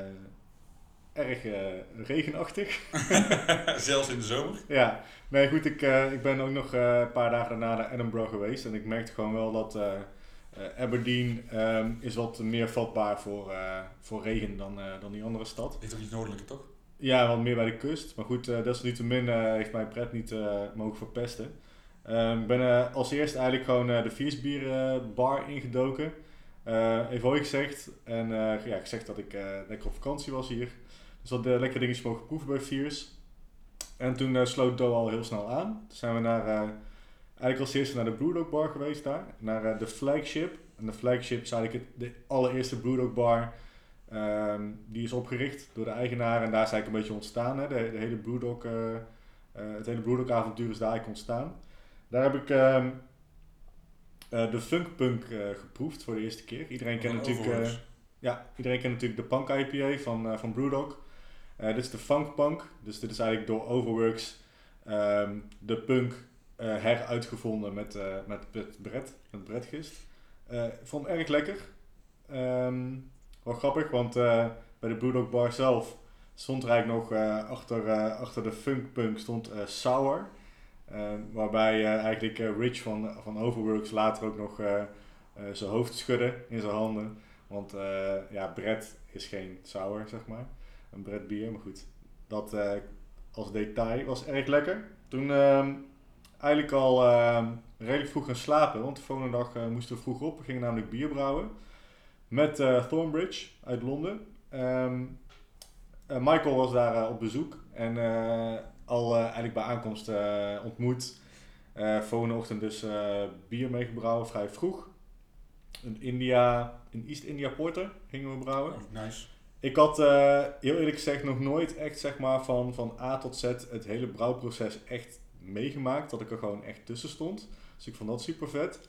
erg uh, regenachtig. Zelfs in de zomer? Ja. Nee, goed, ik, uh, ik ben ook nog uh, een paar dagen daarna naar Edinburgh geweest. En ik merkte gewoon wel dat uh, uh, Aberdeen um, is wat meer vatbaar voor, uh, voor regen dan, uh, dan die andere stad. Ligt ook iets noordelijker, toch? Ja, wat meer bij de kust. Maar goed, uh, desalniettemin uh, heeft mijn pret niet uh, mogen verpesten. Uh, ik ben uh, als eerste eigenlijk gewoon uh, de Fierce Bier uh, bar ingedoken. Uh, even hoi gezegd. En uh, ja, gezegd dat ik uh, lekker op vakantie was hier. Dus dat uh, lekkere dingetjes mogen proeven bij Fierce. En toen uh, sloot Do al heel snel aan. Toen zijn we naar, uh, eigenlijk als eerste naar de Brewdog bar geweest daar. Naar uh, de Flagship. En de Flagship is eigenlijk het, de allereerste Brewdog bar. Um, die is opgericht door de eigenaar en daar is eigenlijk een beetje ontstaan. Hè. De, de hele Brewdog, uh, uh, het hele Brewdog avontuur is daar eigenlijk ontstaan. Daar heb ik uh, uh, de Funk Punk uh, geproefd voor de eerste keer. Iedereen kent natuurlijk, uh, ja, iedereen kent natuurlijk de Punk I P A van, uh, van Brewdog. Uh, dit is de Funk Punk, dus dit is eigenlijk door Overworks um, de punk uh, heruitgevonden met, uh, met, met Brett, met Brettgist. Uh, ik vond hem erg lekker. Um, Wel grappig, want uh, bij de Brewdog bar zelf stond er eigenlijk nog uh, achter, uh, achter de Funk Punk stond uh, Sour. Uh, waarbij uh, eigenlijk uh, Rich van, van Overworks later ook nog uh, uh, zijn hoofd schudde in zijn handen. Want uh, ja, Brett is geen sour, zeg maar. Een Brett bier, maar goed. Dat uh, als detail was erg lekker. Toen uh, eigenlijk al uh, redelijk vroeg gaan slapen, want de volgende dag uh, moesten we vroeg op. We gingen namelijk bier brouwen. Met uh, Thornbridge uit Londen. Um, uh, Michael was daar uh, op bezoek en uh, al uh, eigenlijk bij aankomst uh, ontmoet. Uh, volgende ochtend dus uh, bier meegebrouwen, vrij vroeg. Een India, een East India Porter gingen we brouwen. Oh, nice. Ik had uh, heel eerlijk gezegd nog nooit echt zeg maar van, van A tot Z het hele brouwproces echt meegemaakt. Dat ik er gewoon echt tussen stond. Dus ik vond dat super vet.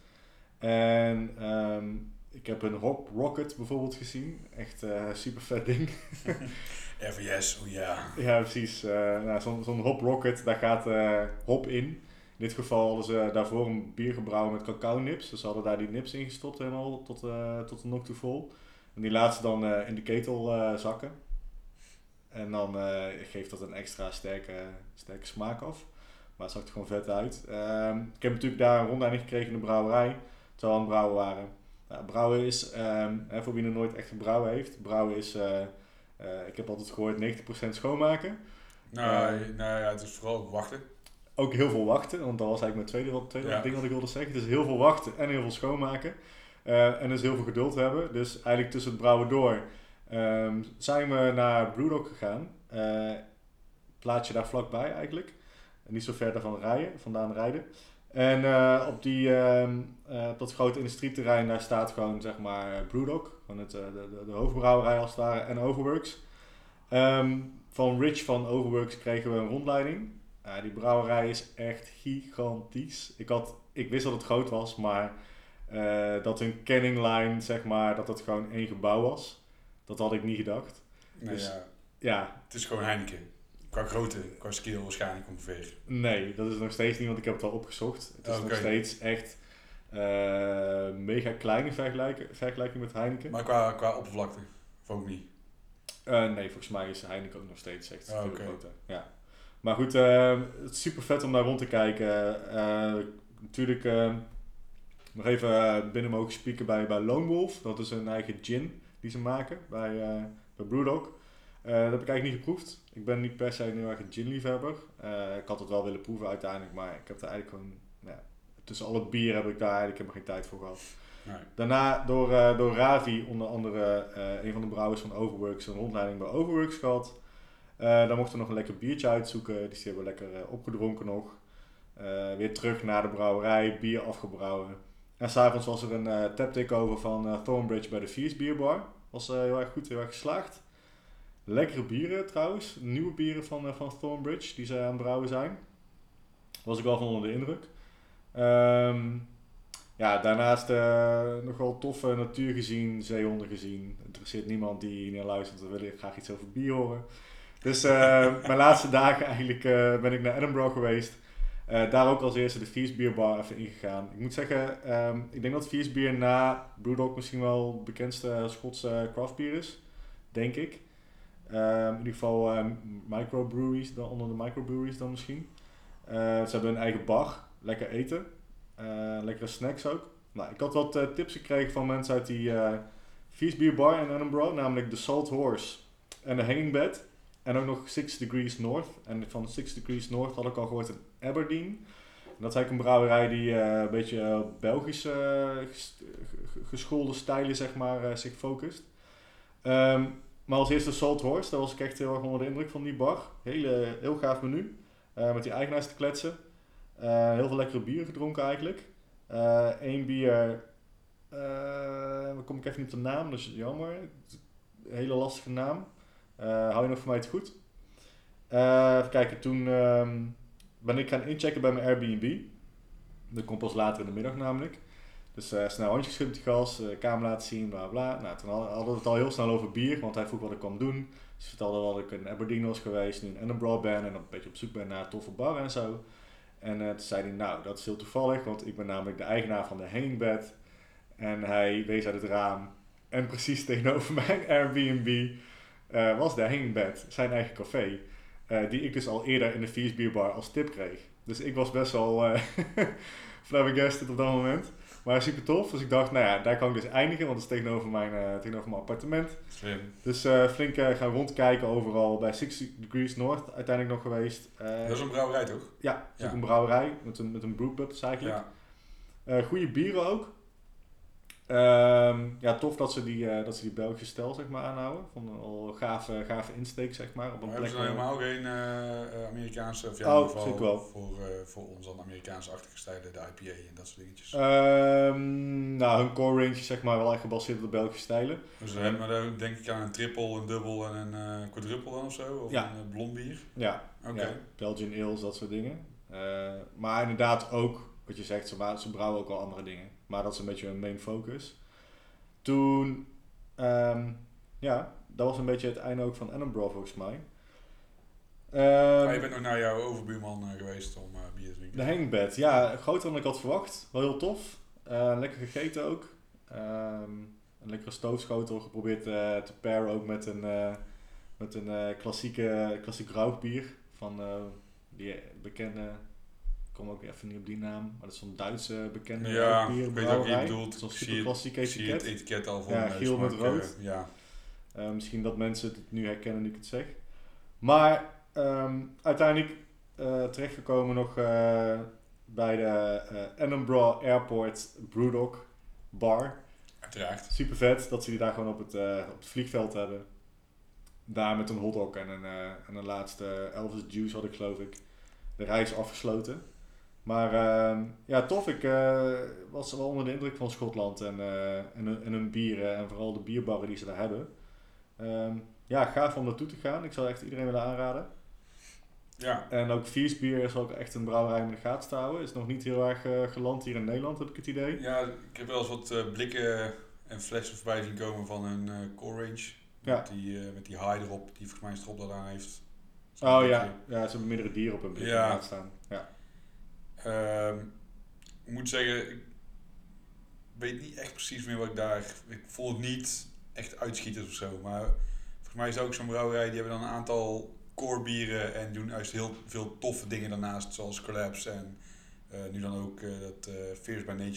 En um, ik heb een Hop Rocket bijvoorbeeld gezien. Echt uh, super vet ding. Even yes, oh ja. Ja, precies. Uh, nou, zo'n, zo'n Hop Rocket, daar gaat uh, hop in. In dit geval hadden ze daarvoor een bier gebrouwen met cacao nips. Dus ze hadden daar die nips in gestopt helemaal tot, uh, tot de nok toe vol. En die laten ze dan uh, in de ketel uh, zakken. En dan uh, geeft dat een extra sterke, sterke smaak af. Maar het zag er gewoon vet uit. Uh, ik heb natuurlijk daar een rondleiding gekregen in de brouwerij. Terwijl we aan het brouwen waren. Nou, brouwen is, um, hè, voor wie nog nooit echt gebrouwen heeft, brouwen is, uh, uh, ik heb altijd gehoord, negentig procent schoonmaken. Nou, uh, nou ja, het is vooral wachten. Ook heel veel wachten, want dat was eigenlijk mijn tweede, wat, tweede ja. ding wat ik wilde zeggen. Het is heel veel wachten en heel veel schoonmaken. Uh, en dus heel veel geduld hebben. Dus eigenlijk tussen het brouwen door um, zijn we naar Brewdog gegaan. Uh, plaatsje daar vlakbij eigenlijk. En niet zo ver daarvan rijden, vandaan rijden. En uh, op, die, uh, uh, op dat grote industrieterrein daar staat gewoon zeg maar Brewdog, gewoon het, uh, de, de, de hoofdbrouwerij als het ware en Overworks. Um, van Rich van Overworks kregen we een rondleiding. Uh, die brouwerij is echt gigantisch. Ik, had, ik wist dat het groot was, maar uh, dat hun canning line zeg maar, dat het gewoon één gebouw was, dat had ik niet gedacht. Nee, dus, ja. ja. Het is gewoon Heineken. Qua grootte, qua skill waarschijnlijk ongeveer. Nee, dat is nog steeds niet, want ik heb het al opgezocht. Het is okay. nog steeds echt uh, mega kleine vergelijking, vergelijking met Heineken. Maar qua, qua oppervlakte, of ook niet? Uh, nee, volgens mij is Heineken ook nog steeds echt oh, veel okay. groter. Ja. Maar goed, uh, het is super vet om daar rond te kijken. Uh, natuurlijk uh, nog even binnen mogen spieken bij, bij Lone Wolf. Dat is een eigen gin. die ze maken bij, uh, bij Brewdog. Uh, dat heb ik eigenlijk niet geproefd. Ik ben niet per se heel erg een gin-liefhebber. Uh, ik had het wel willen proeven uiteindelijk, maar ik heb er eigenlijk gewoon... Ja, tussen al het bier heb ik daar eigenlijk helemaal geen tijd voor gehad. Nee. Daarna door, uh, door Ravi, onder andere uh, een van de brouwers van Overworks, een rondleiding bij Overworks gehad. Uh, dan mochten we nog een lekker biertje uitzoeken, dus die hebben we lekker uh, opgedronken nog. Uh, weer terug naar de brouwerij, bier afgebrouwen. En s'avonds was er een uh, tap takeover van uh, Thornbridge bij de Fierce Beer Bar. Was uh, heel erg goed, heel erg geslaagd. Lekkere bieren trouwens, nieuwe bieren van, uh, van Thornbridge die ze aan het brouwen zijn. Was ik wel van onder de indruk. Um, ja, daarnaast uh, nogal toffe natuur gezien, zeehonden gezien. Interesseert niemand die hier naar luistert, dan wil ik graag iets over bier horen. Dus uh, mijn laatste dagen eigenlijk uh, ben ik naar Edinburgh geweest. Uh, daar ook als eerste de Fierce Beer Bar even ingegaan. Ik moet zeggen, um, ik denk dat Fierce Beer na Brewdog misschien wel het bekendste Schotse craftbier is. Denk ik. Uh, in ieder geval uh, microbreweries, dan, onder de microbreweries dan misschien. Uh, ze hebben een eigen bar, lekker eten. Uh, lekkere snacks ook. Nou, ik had wat uh, tips gekregen van mensen uit die uh, Fierce Beer Bar in Edinburgh, namelijk de Salt Horse en de Hanging Bed. En ook nog Six Degrees North. En van Six Degrees North had ik al gehoord in Aberdeen. En dat is eigenlijk een brouwerij die uh, een beetje uh, Belgisch uh, ges- geschoolde stijlen zeg maar, uh, zich focust. Um, maar als eerste Salt Horse, daar was ik echt heel erg onder de indruk van die bar. Hele, heel gaaf menu. Uh, met die eigenaars te kletsen. Uh, heel veel lekkere bier gedronken eigenlijk. Eén uh, bier, uh, dan kom ik even niet op de naam, dat is jammer. Een hele lastige naam. Uh, hou je nog voor mij het goed? Uh, even kijken, toen um, ben ik gaan inchecken bij mijn Airbnb. Dat komt pas later in de middag namelijk. Dus uh, snel handjes geschud met die gast, uh, kamer laten zien, bla bla. Nou, toen hadden we het al heel snel over bier, want hij vroeg wat ik kwam doen. Dus ik vertelde dat ik in Aberdeen was geweest, nu in Edinburgh ben en een beetje op zoek ben naar toffe bar en zo. En uh, toen zei hij, nou dat is heel toevallig, want ik ben namelijk de eigenaar van de Hanging Bed. En hij wees uit het raam en precies tegenover mijn Airbnb uh, was de Hanging Bed, zijn eigen café. Uh, die ik dus al eerder in de Fierce Beer Bar als tip kreeg. Dus ik was best wel uh, flabbergasted op dat moment. Maar super tof, dus ik dacht, nou ja, daar kan ik dus eindigen, want het is tegenover mijn, uh, tegenover mijn appartement. Slim. Dus uh, flink uh, gaan rondkijken overal, bij Six Degrees North uiteindelijk nog geweest. Uh, dat is een brouwerij toch? Ja, dat is ja. ook een brouwerij met een, met een brewpub eigenlijk. Ja. Uh, goede bieren ook. Um, ja, tof dat ze die, uh, dat ze die Belgische stijl zeg maar aanhouden. Vond een al gave, gave insteek zeg maar. Op een maar plek hebben ze dan helemaal geen uh, Amerikaanse, of ja, oh, in ieder geval wel. Voor, uh, voor ons dan Amerikaanse-achtige stijlen, de I P A en dat soort dingetjes? Um, nou, hun core range is zeg maar wel echt gebaseerd op de Belgische stijlen. Dus dan hebben we denk ik aan een triple, een dubbel en een uh, quadruple dan of zo? Of ja. een uh, blond bier? Ja, okay. ja, Belgian ales, dat soort dingen. Uh, maar inderdaad ook, wat je zegt, ze, ze brouwen ook wel andere dingen. Maar dat is een beetje hun main focus. Toen, um, ja, dat was een beetje het einde ook van Edinburgh volgens mij. Um, ah, je bent nog naar jouw overbuurman uh, geweest om uh, bier te drinken. De Hanging Bed, ja, groter dan ik had verwacht. Wel heel tof. Uh, lekker gegeten ook. Um, een lekkere stoofschotel geprobeerd uh, te pairen ook met een, uh, met een uh, klassieke, klassiek rauwbier van uh, die bekende... Ik kom ook even niet op die naam, maar dat is zo'n Duitse bekende ja, bier. Ik weet ook wie je bedoelt. Zo'n super klassiek etiket. Ik zie het etiket al voor ja, me. geel met rood. Uh, ja. Uh, misschien dat mensen het nu herkennen nu ik het zeg. Maar um, uiteindelijk uh, terechtgekomen nog uh, bij de uh, Edinburgh Airport Brewdog Bar. Uiteraard. Super vet dat ze die daar gewoon op het, uh, op het vliegveld hebben. Daar met een hotdog en een, uh, en een laatste Elvis Juice had ik geloof ik. De reis afgesloten. Maar uh, ja, tof. Ik uh, was wel onder de indruk van Schotland en, uh, en, hun, en hun bieren en vooral de bierbarren die ze daar hebben. Um, ja, gaaf om naartoe te gaan. Ik zou echt iedereen willen aanraden. Ja. En ook Fierce Beer is ook echt een brouwerij om in de gaten te houden. Is nog niet heel erg uh, geland hier in Nederland, heb ik het idee. Ja, ik heb wel eens wat uh, blikken en flessen voorbij zien komen van een uh, core range. Ja. Met die, uh, met die high erop, die volgens mij een strop dat aan heeft. Oh ja. ja, ze hebben meerdere dieren op hun blik ja. staan. Ja. Um, ik moet zeggen, ik weet niet echt precies meer wat ik daar... Ik voel het niet echt uitschieters of zo, maar volgens mij is het ook zo'n brouwerij, die hebben dan een aantal core bieren en doen juist heel veel toffe dingen daarnaast, zoals Collapse en uh, nu dan ook uh, dat uh, Fierce by Nature.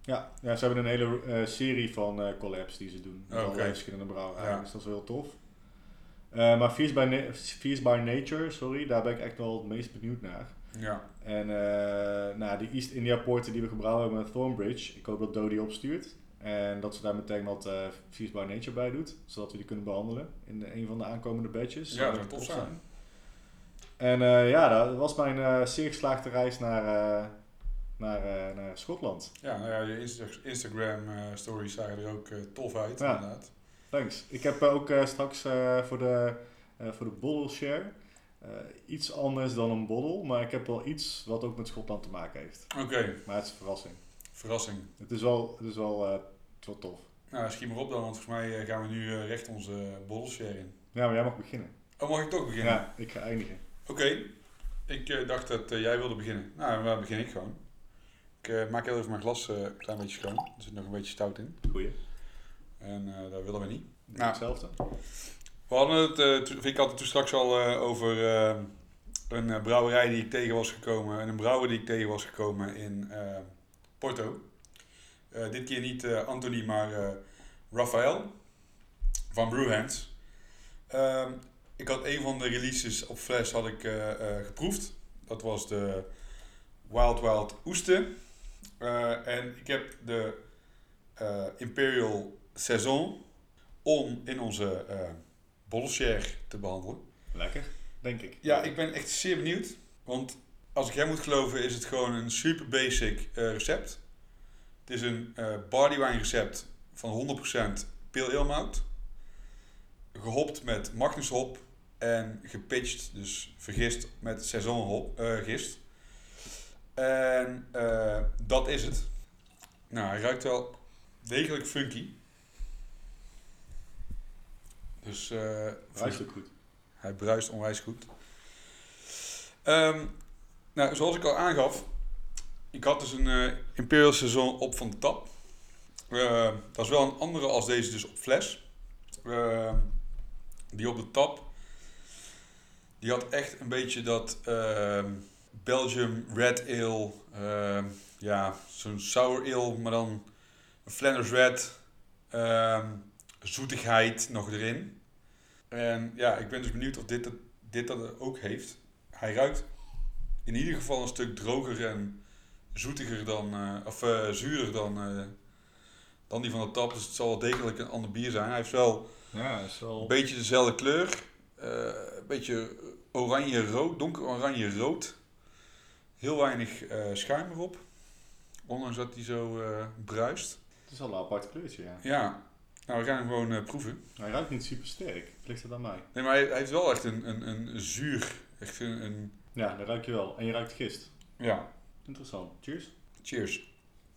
Ja, ja, ze hebben een hele uh, serie van uh, collabs die ze doen. Met oh, allerlei okay. verschillende brouwerijen, Ja. dus dat is wel tof. Uh, maar Feast by, Na- Feast by Nature, sorry, daar ben ik echt wel het meest benieuwd naar. Ja. En uh, nou, die East India Porter die we gebrouwen hebben met Thornbridge, ik hoop dat Dodie opstuurt. En dat ze daar meteen wat uh, Feast by Nature bij doet, zodat we die kunnen behandelen in de, een van de aankomende batches. Ja, dat zou tof zijn. zijn. En uh, ja, dat was mijn uh, zeer geslaagde reis naar, uh, naar, uh, naar Schotland. Ja, nou ja, je Insta- Instagram uh, stories zagen er ook uh, tof uit, ja. inderdaad. Thanks. Ik heb uh, ook uh, straks uh, voor de, uh, voor de bottle share uh, iets anders dan een bottle, maar ik heb wel iets wat ook met Schotland te maken heeft. Oké. Okay. Maar het is een verrassing. Verrassing. Het is wel, het is wel, uh, het is wel tof. Nou, schiet maar op dan, want volgens mij uh, gaan we nu uh, recht onze uh, bottle share in. Ja, maar jij mag beginnen. Oh, mag ik toch beginnen? Ja, ik ga eindigen. Oké. Okay. Ik uh, dacht dat uh, jij wilde beginnen. Nou, dan begin ik gewoon. Ik uh, maak heel even mijn glas uh, een klein beetje schoon. Er zit nog een beetje stout in. Goeie. En uh, dat willen we niet. Nou, hetzelfde. We hadden het, uh, to, ik had het toen straks al uh, over uh, een uh, brouwerij die ik tegen was gekomen. En een brouwer die ik tegen was gekomen in uh, Porto. Uh, dit keer niet uh, Anthony, maar uh, Raphaël van Brewhands. Uh, ik had een van de releases op fles had ik uh, uh, geproefd. Dat was de Wild Wild Oeste. Uh, en ik heb de uh, Imperial Saison om in onze uh, bottle share te behandelen. Lekker, denk ik. Ja, ik ben echt zeer benieuwd. Want als ik jij moet geloven is het gewoon een super basic uh, recept. Het is een uh, barley wine recept van honderd procent pale ale mout. Gehopt met Magnus hop en gepitcht, dus vergist met Saison hop, uh, gist. En uh, dat is het. Nou, hij ruikt wel degelijk funky. Dus, uh, bruist ook goed. Hij bruist onwijs goed. Um, nou, zoals ik al aangaf, ik had dus een uh, Imperial Saison op van de tap. Uh, dat is wel een andere als deze dus op fles. Uh, die op de tap, die had echt een beetje dat uh, Belgium Red Ale, uh, ja, zo'n sour ale, maar dan een Flanders Red, uh, zoetigheid nog erin. En ja, ik ben dus benieuwd of dit, dit dat ook heeft. Hij ruikt in ieder geval een stuk droger en zoetiger dan, uh, of uh, zuurder dan, uh, dan die van de tap. Dus het zal wel degelijk een ander bier zijn. Hij heeft wel, ja, is wel... een beetje dezelfde kleur. Uh, een beetje oranje-rood, donker oranje-rood. Heel weinig uh, schuim erop. Ondanks dat hij zo uh, bruist. Het is al een apart kleurtje, ja. Ja. Nou, we gaan hem gewoon uh, proeven. Hij ruikt niet super sterk. Ligt het aan mij? Nee, maar hij, hij heeft wel echt een, een, een zuur. Echt een, een... Ja, dat ruik je wel. En je ruikt gist. Ja. Interessant. Cheers. Cheers.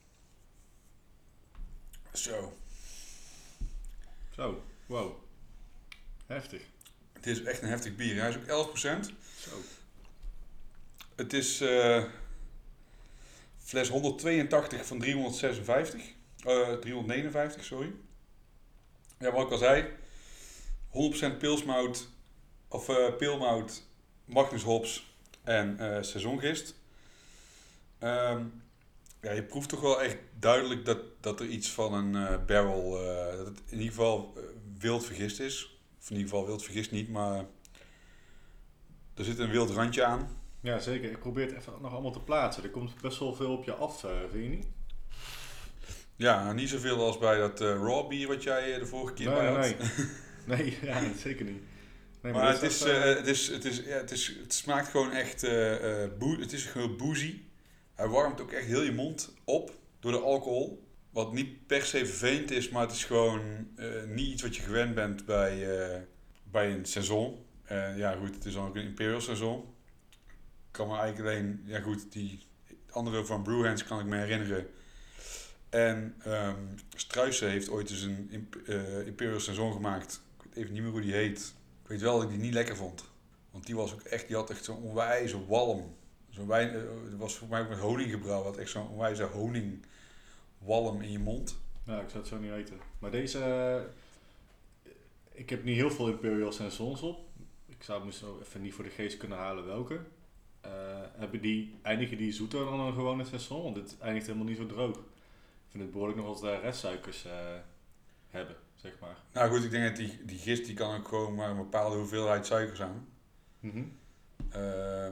Zo. Zo. Wow. Heftig. Het is echt een heftig bier. Hij is ook elf procent. Zo. Het is uh, fles honderdtweeëntachtig van driehonderdzesenvijftig. Uh, driehonderdnegenenvijftig, sorry. Ja, wat ik al zei. honderd procent pilsmout. Of uh, pilmout. Magnus hops. En uh, seizoengist. Um, ja, je proeft toch wel echt duidelijk dat, dat er iets van een uh, barrel... Uh, dat het in ieder geval uh, wild vergist is. Of in ieder geval wild vergist niet, maar... Er zit een wild randje aan. Ja, zeker. Ik probeer het even nog allemaal te plaatsen. Er komt best wel veel op je af, uh, vind je niet? Ja, niet zoveel als bij dat uh, raw bier wat jij de vorige keer nee, bij nee, had. Nee, nee ja, zeker niet. Nee, maar maar het, is, uh, het, is, het, is, ja, het, is, het smaakt gewoon echt... Uh, uh, boe- het is gewoon boozy. Hij warmt ook echt heel je mond op door de alcohol. Wat niet per se vervelend is, maar het is gewoon uh, niet iets wat je gewend bent bij, uh, bij een saison. Uh, ja goed, het is dan ook een Imperial Saison. Ik kan me eigenlijk alleen... Ja goed, die andere van Brewhands kan ik me herinneren. En um, Struisen heeft ooit eens een imp- uh, Imperial Saison gemaakt. Ik weet even niet meer hoe die heet. Ik weet wel dat ik die niet lekker vond. Want die was ook echt, die had echt zo'n onwijze walm. Zo'n wijn, uh, het was voor mij ook met honing gebrouwen. Had echt zo'n onwijze honingwalm in je mond. Ja, ik zou het zo niet weten. Maar deze... Uh, ik heb niet heel veel Imperial Saisons op. Ik zou me zo even niet voor de geest kunnen halen welke. Uh, hebben die, eindigen die zoeter dan een gewone Saison? Want dit eindigt helemaal niet zo droog. ik vind het behoorlijk nog wat uh, restsuikers uh, hebben, zeg maar. Nou goed, ik denk dat die, die gist die kan ook gewoon maar een bepaalde hoeveelheid suikers aan. Mm-hmm. Uh,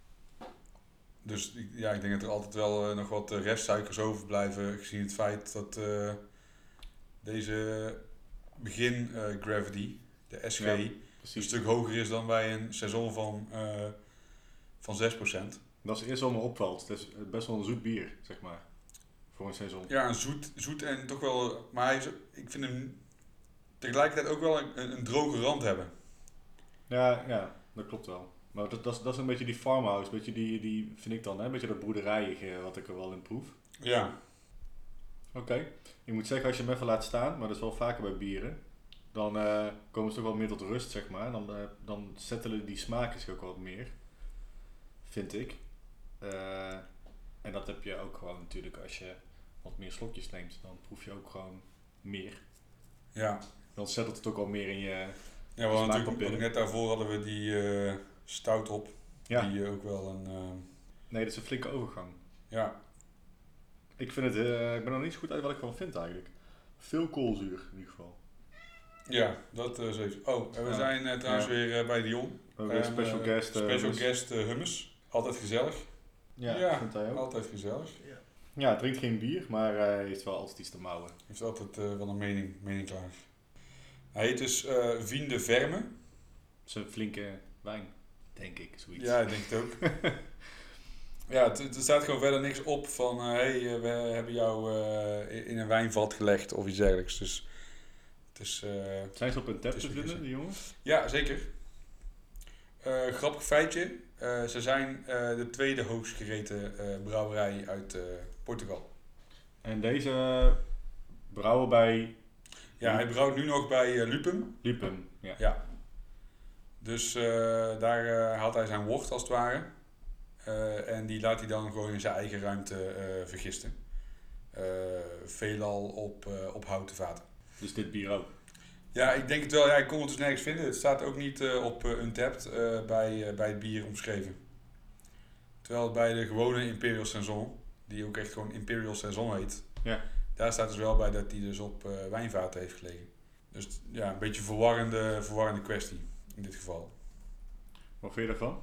dus ja, ik denk dat er altijd wel uh, nog wat restsuikers overblijven, gezien het feit dat uh, deze begin uh, gravity, de S G, ja, een stuk hoger is dan bij een saison van, uh, van zes procent. Dat is het eerste wat me opvalt. Het is best wel een zoet bier, zeg maar, voor een saison. Ja, een zoet, zoet en toch wel, maar hij is, ik vind hem tegelijkertijd ook wel een, een, een droge rand hebben. Ja, ja, dat klopt wel. Maar dat, dat, is, dat is een beetje die farmhouse, een beetje die, die vind ik dan, hè? Een beetje dat boerderijige wat ik er wel in proef. Ja. Oké. Okay. Ik moet zeggen, als je hem even laat staan, maar dat is wel vaker bij bieren, dan uh, komen ze toch wel meer tot rust, zeg maar. Dan, uh, dan settelen die smaken zich ook wat meer, vind ik. Uh, en dat heb je ook gewoon natuurlijk als je wat meer slokjes neemt, dan proef je ook gewoon meer. Ja. Dan settelt het ook al meer in je. Ja, want natuurlijk ook net daarvoor hadden we die uh, stout op. Ja. Die uh, ook wel een... Uh... Nee, dat is een flinke overgang. Ja. Ik vind het, uh, ik ben nog niet zo goed uit wat ik ervan vind eigenlijk. Veel koolzuur in ieder geval. Ja, dat uh, zeker. Oh, en we ja. zijn uh, trouwens ja. weer uh, bij Dion. We hebben een special uh, guest. Uh, special guest uh, hummus. Altijd gezellig. Ja, ja vindt hij ook. Altijd gezellig. Ja, ja, drinkt geen bier, maar hij uh, heeft wel altijd iets te mouwen. Heeft altijd uh, wel een mening, mening klaar. Hij heet dus uh, Vin de Verme. Dat is een flinke wijn, denk ik, zoiets. Ja, ik denk het ook. Ja, er staat gewoon verder niks op van, hé, uh, hey, uh, we hebben jou uh, in een wijnvat gelegd of iets dergelijks. Dus het is... Uh, Zijn ze op een tap te vinden, die jongens? Ja, zeker. Uh, grappig feitje, uh, ze zijn uh, de tweede hoogst gereten uh, brouwerij uit uh, Portugal. En deze brouwen bij... Ja, hij brouwt nu nog bij uh, Lupum. Lupum, ja. Ja. Dus uh, daar uh, haalt hij zijn wort als het ware. Uh, en die laat hij dan gewoon in zijn eigen ruimte uh, vergisten. Uh, veelal op, uh, op houten vaten. Dus dit bier ook? Ja, ik denk het wel. Ja, ik kon het dus nergens vinden. Het staat ook niet uh, op uh, Untappd uh, bij, uh, bij het bier omschreven. Terwijl bij de gewone Imperial Saison, die ook echt gewoon Imperial Saison heet, ja. daar staat dus wel bij dat die dus op uh, wijnvaten heeft gelegen. Dus ja, een beetje een verwarrende, verwarrende kwestie in dit geval. Wat vind je daarvan?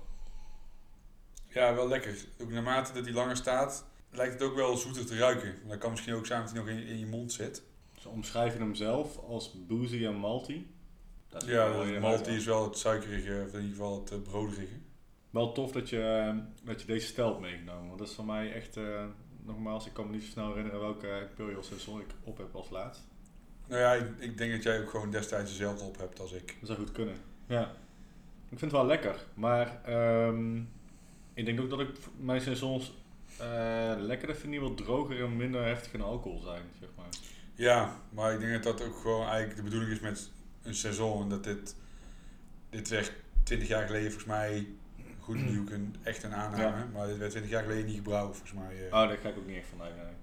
Ja, wel lekker. Ook naarmate dat die langer staat, lijkt het ook wel zoeter te ruiken. Maar dat kan misschien ook zijn dat hij nog in, in je mond zit. Ze omschrijven hem zelf als boozy en malty. Dat is ja, de malty is wel het suikerige, of in ieder geval het uh, broderige. Wel tof dat je, uh, dat je deze stijl hebt meegenomen. Want dat is voor mij echt, uh, nogmaals, ik kan me niet zo snel herinneren welke Imperial Saison ik op heb als laatst. Nou ja, ik, ik denk dat jij ook gewoon destijds dezelfde op hebt als ik. Dat zou goed kunnen. Ja. Ik vind het wel lekker, maar um, ik denk ook dat ik mijn saisons uh, lekkerder vind die wat droger en minder heftig in alcohol zijn, zeg maar. Ja, maar ik denk dat dat ook gewoon eigenlijk de bedoeling is met een seizoen. En dat dit, dit werd twintig jaar geleden volgens mij, goed nieuw, echt een aanname. Ja. Maar dit werd twintig jaar geleden niet gebrouwen volgens mij. Uh. Oh, daar ga ik ook niet echt van uit, nee.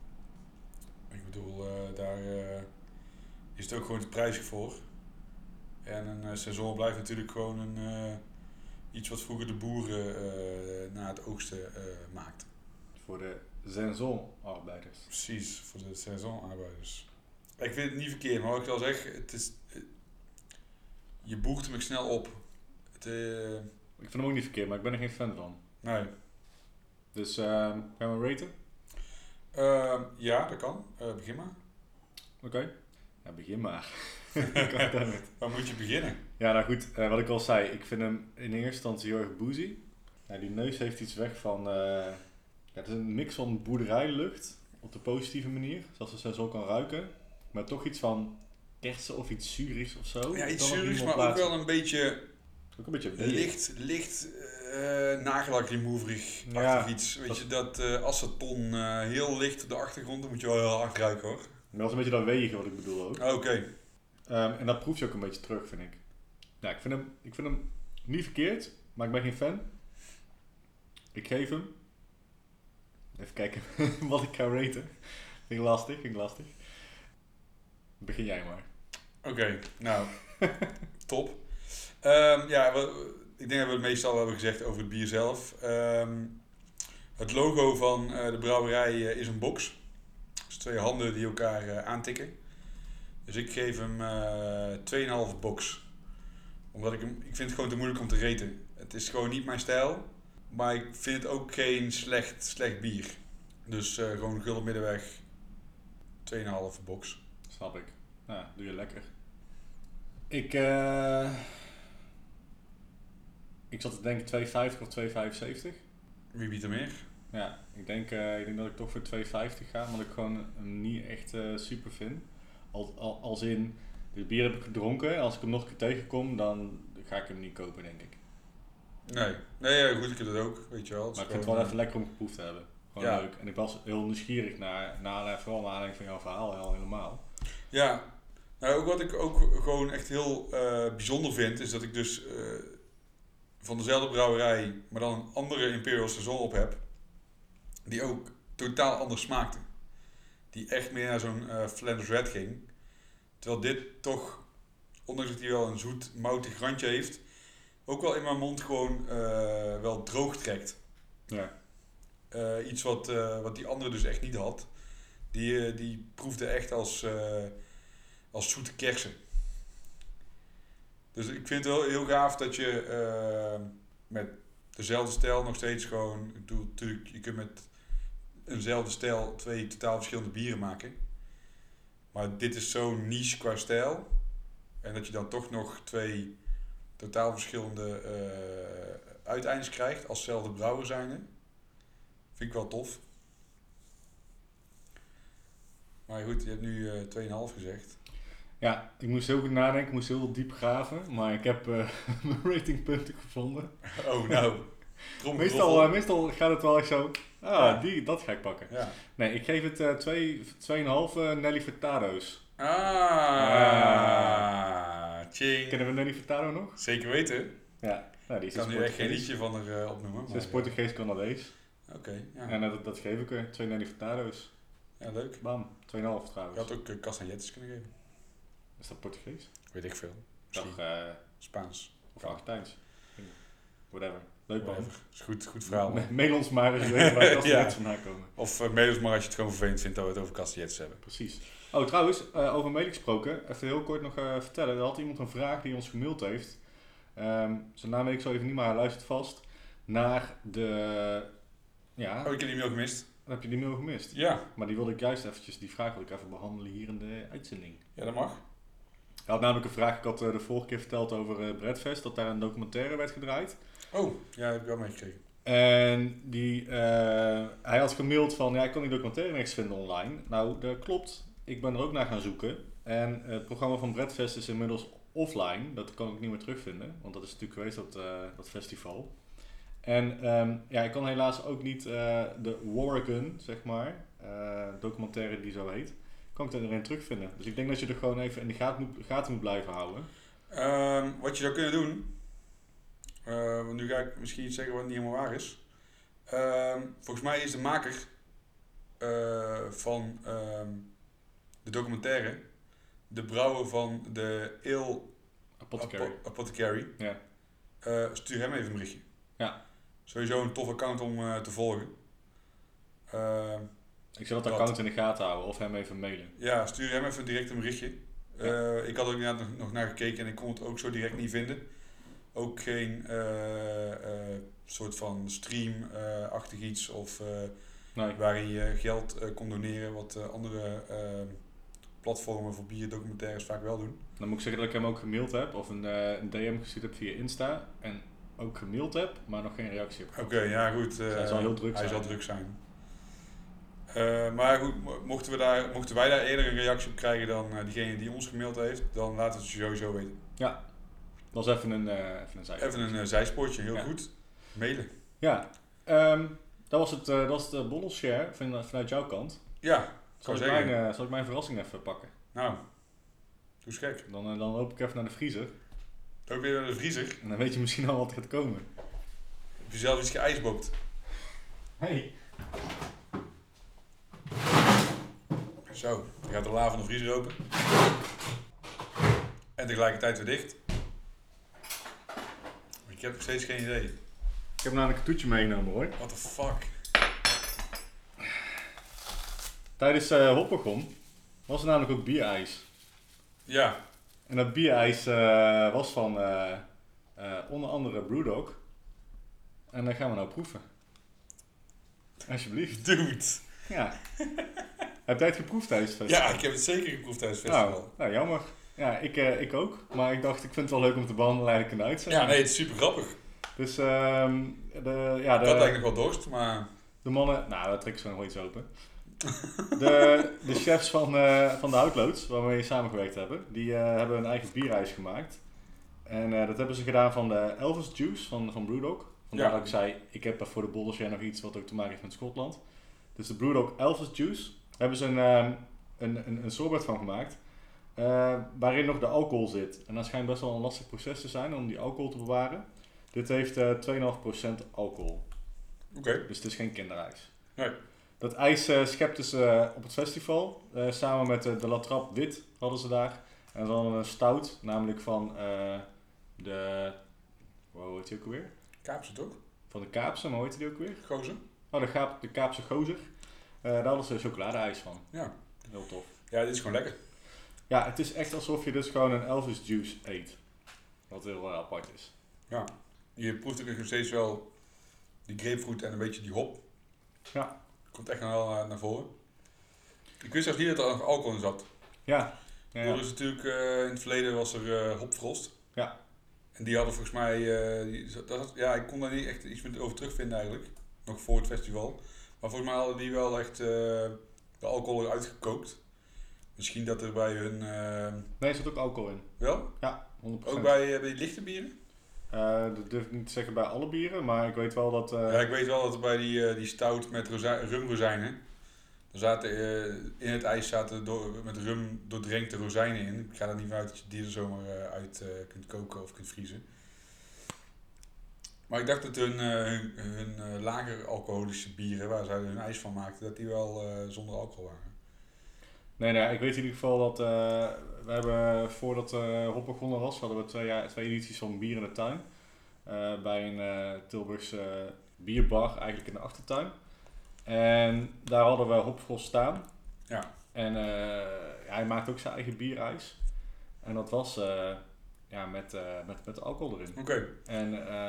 Ik bedoel, uh, daar uh, is het ook gewoon te prijzig voor. En een uh, seizoen blijft natuurlijk gewoon een, uh, iets wat vroeger de boeren uh, na het oogsten uh, maakten. Voor de seizoenarbeiders. Precies, voor de seizoenarbeiders. Ik vind het niet verkeerd, maar wat ik al zeg, het is, uh, je boegt hem snel op. Het, uh, ik vind hem ook niet verkeerd, maar ik ben er geen fan van. Nee. Dus uh, gaan we raten? Uh, ja, dat kan. Uh, begin maar. Oké. Okay. Ja, begin maar. Waar moet je beginnen? Ja, nou goed, uh, wat ik al zei, ik vind hem in eerste instantie heel erg boozy. Ja, die neus heeft iets weg van, uh, ja, het is een mix van boerderijlucht op de positieve manier, zoals je zo kan ruiken. Maar toch iets van kersen of iets zuurigs of zo. Ja, iets zuurigs, maar plaatsen. Ook wel een beetje, ook een beetje licht, licht uh, nagellakremoverig ja, iets. Weet dat je, dat uh, aceton uh, heel licht op de achtergrond, dan moet je wel heel hard ruiken hoor. Maar dat is een beetje dat wegen wat ik bedoel ook. Oké. Okay. Um, en dat proef je ook een beetje terug, vind ik. Ja, ik vind hem, ik vind hem niet verkeerd, maar ik ben geen fan. Ik geef hem. Even kijken wat ik ga raten. Vind ik lastig, vind ik lastig. Begin jij maar. Oké, okay, nou, top. Um, ja, we, ik denk dat we het meestal hebben gezegd over het bier zelf. Um, het logo van uh, de brouwerij uh, is een box. Dus het twee handen die elkaar uh, aantikken. Dus ik geef hem uh, twee komma vijf box. Omdat ik hem, ik vind het gewoon te moeilijk om te raten. Het is gewoon niet mijn stijl. Maar ik vind het ook geen slecht, slecht bier. Dus uh, gewoon gulden middenweg. twee komma vijf box. Snap ik. Nou, doe je lekker. Ik, uh, ik zat te denken twee komma vijftig of twee komma vijfenzeventig. Wie biedt er meer? Ja, ik denk, uh, ik denk dat ik toch voor twee komma vijftig ga, omdat ik gewoon hem niet echt uh, super vind. Al, al, als in, dit bier heb ik gedronken en als ik hem nog een keer tegenkom, dan ga ik hem niet kopen, denk ik. Nee, nee ja, goed, ik heb dat ook, weet je wel. Maar ik vind het wel even lekker om geproefd te hebben. Gewoon ja. leuk. En ik was heel nieuwsgierig naar, naar vooral naar aanleiding van jouw verhaal al helemaal. Ja, nou, ook wat ik ook gewoon echt heel uh, bijzonder vind, is dat ik dus uh, van dezelfde brouwerij, maar dan een andere Imperial Saison op heb, die ook totaal anders smaakte. Die echt meer naar zo'n uh, Flanders Red ging. Terwijl dit toch, ondanks dat hij wel een zoet, moutig randje heeft, ook wel in mijn mond gewoon uh, wel droog trekt. Ja. Uh, iets wat, uh, wat die andere dus echt niet had. Die, uh, die proefde echt als, uh, als zoete kersen. Dus ik vind het wel heel gaaf dat je uh, met dezelfde stijl nog steeds gewoon... Ik bedoel, natuurlijk, je kunt met eenzelfde stijl twee totaal verschillende bieren maken. Maar dit is zo niche qua stijl. En dat je dan toch nog twee totaal verschillende uh, uiteindes krijgt als zelfde brouwer zijnde. Vind ik wel tof. Maar goed, je hebt nu uh, twee komma vijf gezegd. Ja, ik moest heel goed nadenken, ik moest heel diep graven, maar ik heb uh, mijn ratingpunten gevonden. Oh, nou. meestal, uh, meestal gaat het wel echt zo, ah, ja. die, dat ga ik pakken. Ja. Nee, ik geef het uh, twee komma vijf uh, Nelly Furtado's. Ah, uh, ching. Kennen we Nelly Furtado nog? Zeker weten. Ja, nou, die is ik kan nu echt geen liedje van haar uh, opnoemen. Ze is Portugees-Canadees. Oké, okay, ja. En uh, dat, dat geef ik er, twee Nelly Furtado's. Ja, leuk. Bam, twee komma vijf trouwens. Je had ook uh, Castanjettes kunnen geven. Is dat Portugees? Weet ik veel. Toch, uh, Spaans. Of ja. Argentijns. Whatever. Leuk man. Is goed, goed verhaal. Me- mail ons maar als je weet waar Castanjettes ja. vandaan komen. Of uh, mail ons maar als je het gewoon vervelend vindt dat we het over Castanjettes hebben. Precies. Oh, trouwens, uh, over mail gesproken. Even heel kort nog uh, vertellen. Er had iemand een vraag die ons gemaild heeft. Um, zijn naam weet ik zo even niet, maar hij luistert vast. Naar de... Ja. Oh, ik heb die mail gemist. Dan heb je die mail gemist? Ja. Maar die wilde ik juist eventjes, die vraag wil ik even behandelen hier in de uitzending. Ja, dat mag. Hij had namelijk een vraag, ik had uh, de vorige keer verteld over uh, Breadfest, dat daar een documentaire werd gedraaid. Oh, ja, dat heb ik wel meegekregen. En die, uh, hij had gemaild van, ja, ik kan die documentaire niks vinden online. Nou, dat klopt. Ik ben er ook naar gaan zoeken. En uh, het programma van Breadfest is inmiddels offline. Dat kan ik niet meer terugvinden, want dat is natuurlijk geweest, dat, uh, dat festival. En um, ja, ik kan helaas ook niet uh, de Warrigan, zeg maar, uh, documentaire die zo heet, kan ik er erin terugvinden. Dus ik denk dat je er gewoon even in de gaten moet, gaten moet blijven houden. Um, wat je zou kunnen doen, uh, want nu ga ik misschien iets zeggen wat niet helemaal waar is. Um, volgens mij is de maker uh, van um, de documentaire de brouwer van de Ale Apothecary. Apo- Apothecary. Ja. Uh, stuur hem even een berichtje. Ja. Sowieso een tof account om uh, te volgen. Uh, ik zal dat account in de gaten houden of hem even mailen. Ja, stuur hem even direct een berichtje. Uh, ja. Ik had er inderdaad nog, nog naar gekeken en ik kon het ook zo direct niet vinden. Ook geen uh, uh, soort van stream-achtig uh, iets of uh, nee. waarin je geld uh, kon doneren, wat uh, andere uh, platformen voor bierdocumentaires vaak wel doen. Dan moet ik zeggen dat ik hem ook gemaild heb of een, uh, een D M gestuurd heb via Insta en ook gemaild heb, maar nog geen reactie heb. Oké, okay, ja goed. Uh, dus hij zal heel druk hij zijn. Zal druk zijn. Uh, maar goed, mochten, we daar, mochten wij daar eerder een reactie op krijgen dan uh, diegene die ons gemaild heeft, dan laten we het sowieso weten. Ja, dat was even een, uh, even een zijspoortje. Even een uh, zijspoortje, heel ja. goed. Mailen. Ja, um, dat was het, uh, dat was de bottleshare van, vanuit jouw kant. Ja, zal ik, mijn, uh, zal ik mijn verrassing even pakken? Nou, doe eens gek. Dan, uh, dan loop ik even naar de vriezer. Ook weer naar de vriezer? En dan weet je misschien al wat er gaat komen. Heb je zelf iets geijsbokt? Hey. Zo, dan gaat de la van de vriezer open. En tegelijkertijd weer dicht. Ik heb nog steeds geen idee. Ik heb namelijk een toetje meegenomen hoor. What the fuck? Tijdens uh, Hoppegon was er namelijk ook bierijs. Ja. En dat bierijs uh, was van uh, uh, onder andere Brewdog. En dat gaan we nou proeven. Alsjeblieft. Dude. Ja. Heb jij het geproefd tijdens het festival? Ja, ik heb het zeker geproefd tijdens het festival. Nou, nou jammer. Ja, ik, uh, ik ook. Maar ik dacht, ik vind het wel leuk om te behandelen eigenlijk in de uitzending. Ja, nee, het is super grappig. Dus uh, de, ja, de... Ik had eigenlijk nog wel dorst, maar... De mannen... Nou, dat trekken ze nog wel iets open. De, de chefs van, uh, van de Houtloods, waarmee we samengewerkt hebben, die uh, hebben een eigen bierijs gemaakt. En uh, dat hebben ze gedaan van de Elvis Juice van, van Brewdog. Vandaar ja. dat ik zei, ik heb voor de Bouldershare nog iets wat ook te maken heeft met Schotland. Dus de Brewdog Elvis Juice, daar hebben ze een, um, een, een, een sorbet van gemaakt. Uh, waarin nog de alcohol zit. En dat schijnt best wel een lastig proces te zijn om die alcohol te bewaren. Dit heeft uh, twee komma vijf procent alcohol. Oké. Okay. Dus het is geen kinderijs. Nee. Dat ijs uh, schepten ze uh, op het festival. Uh, samen met uh, de La Trappe Wit hadden ze daar. En dan een stout, namelijk van uh, de... Wow, hoe heet die ook alweer? Kaapse toch? Van de Kaapse, maar hoe heet die ook weer? Gozer. Oh, de, Gaap, de Kaapse Gozer. Uh, daar hadden ze chocoladeijs van. Ja. Heel tof. Ja, dit is gewoon lekker. Ja, het is echt alsof je dus gewoon een Elvis Juice eet. Wat heel uh, apart is. Ja. Je proeft ook nog steeds wel die grapefruit en een beetje die hop. Ja. Komt echt wel uh, naar voren. Ik wist zelfs niet dat er nog alcohol in zat. Ja. ja, ja. Er is natuurlijk, uh, in het verleden was er uh, hopfrost. Ja. En die hadden volgens mij, uh, die, dat, ja, ik kon daar niet echt iets meer over terugvinden eigenlijk. Nog voor het festival. Maar volgens mij hadden die wel echt uh, de alcohol eruit gekookt. Misschien dat er bij hun... Uh... Nee, er zit ook alcohol in. Wel? Ja, honderd procent. Ook bij, uh, bij die lichte bieren? Uh, dat durf ik niet te zeggen bij alle bieren, maar ik weet wel dat... Uh... Ja, ik weet wel dat er bij die, uh, die stout met rozijn, rumrozijnen... Er zaten, uh, in het ijs zaten door, met rum doordrenkte rozijnen in. Ik ga er niet vanuit dat je die er zomaar uh, uit uh, kunt koken of kunt vriezen. Maar ik dacht dat hun, uh, hun, hun uh, lager alcoholische bieren, waar zij hun ijs van maakten, dat die wel uh, zonder alcohol waren. Nee, nee, ik weet in ieder geval dat uh, we hebben, voordat uh, Hop begonnen was, hadden we twee, jaar, twee edities van Bier in de Tuin. Uh, bij een uh, Tilburgse uh, bierbar, eigenlijk in de achtertuin. En daar hadden we Hopfrost staan. Ja. En uh, ja, hij maakte ook zijn eigen bierijs. En dat was uh, ja, met, uh, met, met alcohol erin. Oké. Okay. En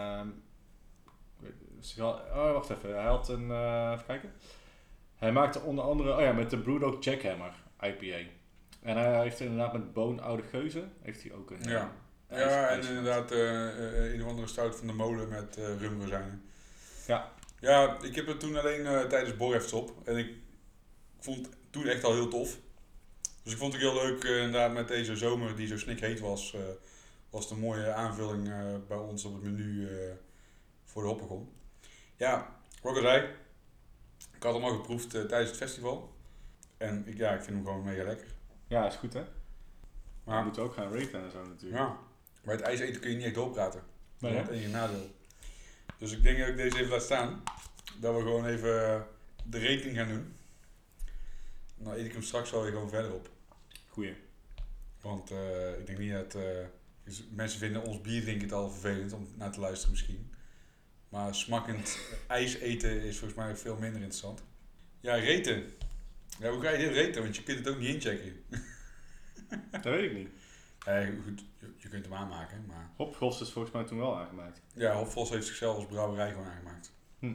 uh, oh, wacht even, hij had een, uh, even kijken. Hij maakte onder andere, oh ja, met de Brewdog Jackhammer I P A. En hij heeft inderdaad met Boon Oude Geuze, heeft hij ook een... Ja, uh, ja ijs, en ijs inderdaad uh, uh, een of andere stout van de molen met uh, rumrozijnen. Ja. Ja, ik heb het toen alleen uh, tijdens Borrefts op. En ik vond het toen echt al heel tof. Dus ik vond het heel leuk, uh, inderdaad met deze zomer die zo snikheet was. Uh, was het een mooie aanvulling uh, bij ons op het menu uh, voor de Hoppegon. Ja, wat ik al zei. Ik had hem al geproefd uh, tijdens het festival. En ik, ja, ik vind hem gewoon mega lekker. Ja, is goed hè. Maar we moeten ook gaan raten en zo natuurlijk. Ja, bij het ijs eten kun je niet echt doorpraten. Dat is nee, het enige nadeel. Dus ik denk dat ik deze even laat staan. Dat we gewoon even de rating gaan doen. Dan eet ik hem straks wel weer gewoon verder op. Goeie. Want uh, ik denk niet dat... Uh, dus mensen vinden ons bier drinken al vervelend om naar te luisteren misschien. Maar smakkend ijs eten is volgens mij veel minder interessant. Ja, raten. Ja, hoe ga je dit raten? Want je kunt het ook niet inchecken. Dat weet ik niet. Nee, goed, je, je kunt hem aanmaken, maar... Hopfrost is volgens mij toen wel aangemaakt. Ja, Hopfrost heeft zichzelf als brouwerij gewoon aangemaakt. Hm.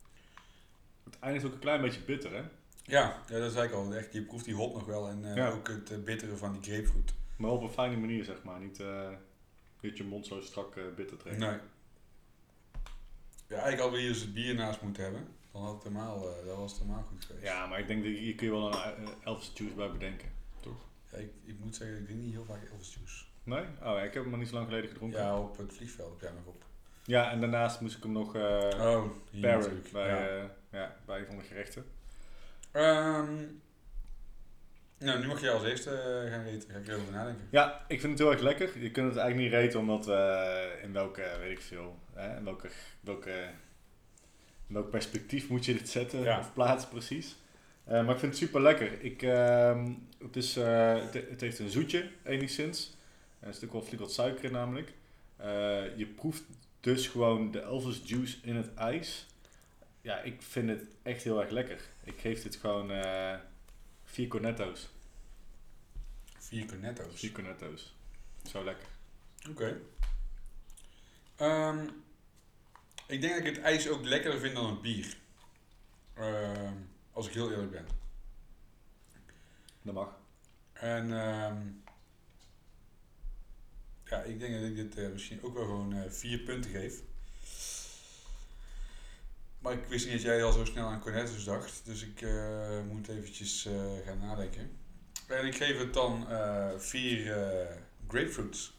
Het eindigt ook een klein beetje bitter, hè? Ja, ja dat zei ik al. Echt, je proeft die hop nog wel en uh, ja. ook het uh, bittere van die grapefruit. Maar op een fijne manier, zeg maar. Niet uh, dat je mond zo strak uh, bitter trekt. Nee. Ja, eigenlijk hadden we hier dus het bier naast moeten hebben. Dan had het helemaal, uh, dat was het helemaal goed geweest. Ja, maar ik denk dat hier kun je wel een uh, Elvis Juice bij bedenken. Toch? Ja, ik, ik moet zeggen, ik drink niet heel vaak Elvis Juice. Nee? Oh ja, ik heb hem maar niet zo lang geleden gedronken. Ja, op het vliegveld heb jij nog op. Ja, en daarnaast moest ik hem nog uh, oh, paren bij, ja. Uh, ja, bij een van de gerechten. Um, nou, nu mag jij als eerste uh, gaan raten. Ga ik erover nadenken. Ja, ik vind het heel erg lekker. Je kunt het eigenlijk niet raten omdat uh, in welke, weet ik veel, hè, in welke, welke, in welk perspectief moet je dit zetten ja. of plaatsen precies. Uh, maar ik vind het super lekker. Ik, uh, het, is, uh, het, het heeft een zoetje enigszins. Er zit ook wel flink wat suiker in namelijk. Uh, je proeft dus gewoon de Elvis Juice in het ijs. Ja, ik vind het echt heel erg lekker. Ik geef dit gewoon uh, Vier cornetto's. Vier cornetto's. Vier cornetto's. Zo lekker. Oké. Okay. Um, ik denk dat ik het ijs ook lekkerder vind dan het bier. Um, als ik heel eerlijk ben. Dat mag. En um, ja, ik denk dat ik dit uh, misschien ook wel gewoon uh, vier punten geef. Maar ik wist niet dat jij al zo snel aan cornetto's dacht. Dus ik uh, moet eventjes uh, gaan nadenken. En ik geef het dan uh, vier uh, grapefruits.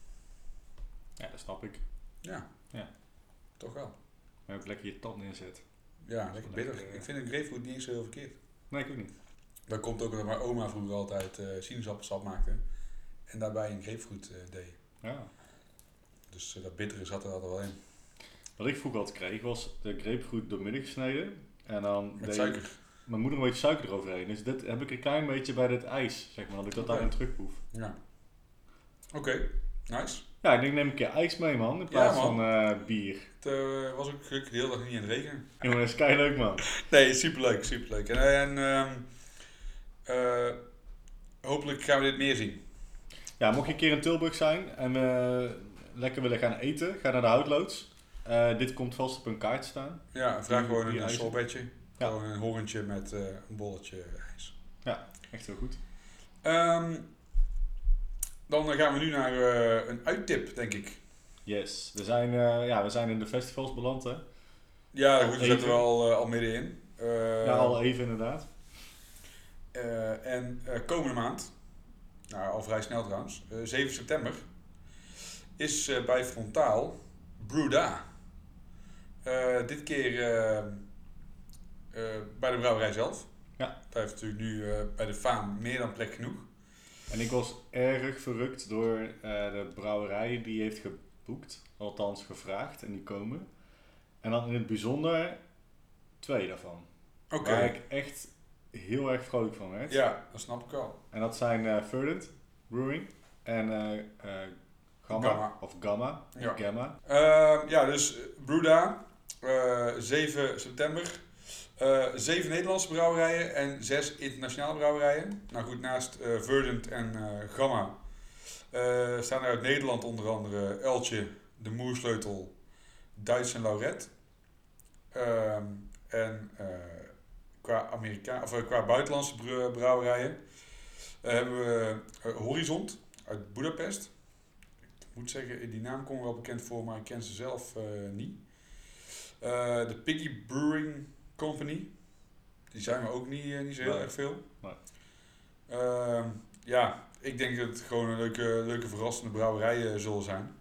Ja, dat snap ik. Ja. Ja. Toch wel. Maar ook lekker je tand neerzet. Ja, lekker bitter. Lekker, uh... Ik vind een grapefruit niet eens zo heel verkeerd. Nee, ik ook niet. Dat komt ook omdat mijn oma vroeger altijd uh, sinaasappelsap maakte. En daarbij een grapefruit uh, deed. Ja. Dus uh, dat bittere zat er altijd wel in. Wat ik vroeger altijd kreeg was de grapefruit doormidden gesneden. En dan met suiker. Mijn moeder een beetje suiker eroverheen. Dus dit heb ik een klein beetje bij dit ijs, zeg maar. Dat ik dat Okay. daarin terugproef. Ja. Oké, okay. Nice. Ja, ik denk neem een keer ijs mee, man. In plaats ja, man. van uh, bier. Het uh, was ook gelukkig de hele dag niet in het regen. Jongen, dat is kei leuk, man. Nee, superleuk, superleuk. En, en um, uh, hopelijk gaan we dit meer zien. Ja, mocht je een keer in Tilburg zijn en uh, lekker willen gaan eten, ga naar de Houtloods. Uh, dit komt vast op een kaart staan. Ja, vraag gewoon die een ijs. sorbetje. Ja. Gewoon een horentje met uh, een bolletje ijs. Ja, echt heel goed. Um, dan gaan we nu naar uh, een uittip, denk ik. Yes, we zijn, uh, ja, we zijn in de festivals beland, hè? Ja, goed, we zitten we al, uh, al middenin. Uh, ja, al even inderdaad. Uh, en uh, komende maand, nou al vrij snel trouwens, uh, zeven september, is uh, bij Frontaal Bruda. Uh, dit keer uh, uh, bij de brouwerij zelf. Ja. Daar heeft natuurlijk nu uh, bij de Faam meer dan plek genoeg. En ik was erg verrukt door uh, de brouwerij die heeft geboekt, althans gevraagd en die komen. En dan in het bijzonder twee daarvan. Oké. Okay. Waar ik echt heel erg vrolijk van werd. Ja, dat snap ik wel. En dat zijn uh, Verdant Brewing en uh, uh, Gamma, Gamma. of Gamma, ja. of Gamma. Uh, ja, dus Bruda, uh, zeven september. Uh, zeven Nederlandse brouwerijen en zes internationale brouwerijen. Nou goed, naast uh, Verdant en uh, Gamma uh, staan er uit Nederland onder andere Uiltje, De Moersleutel, Duits en Lauret. Uh, en uh, qua, Amerika- of, uh, qua buitenlandse brouwerijen uh, hebben we uh, Horizont uit Budapest. Ik moet zeggen, die naam komt wel bekend voor, maar ik ken ze zelf uh, niet. Uh, de Piggy Brewing Company. Die zijn we ook niet, uh, niet zo heel nee. erg veel. Nee. Uh, ja, ik denk dat het gewoon een leuke, leuke verrassende brouwerijen zullen zijn.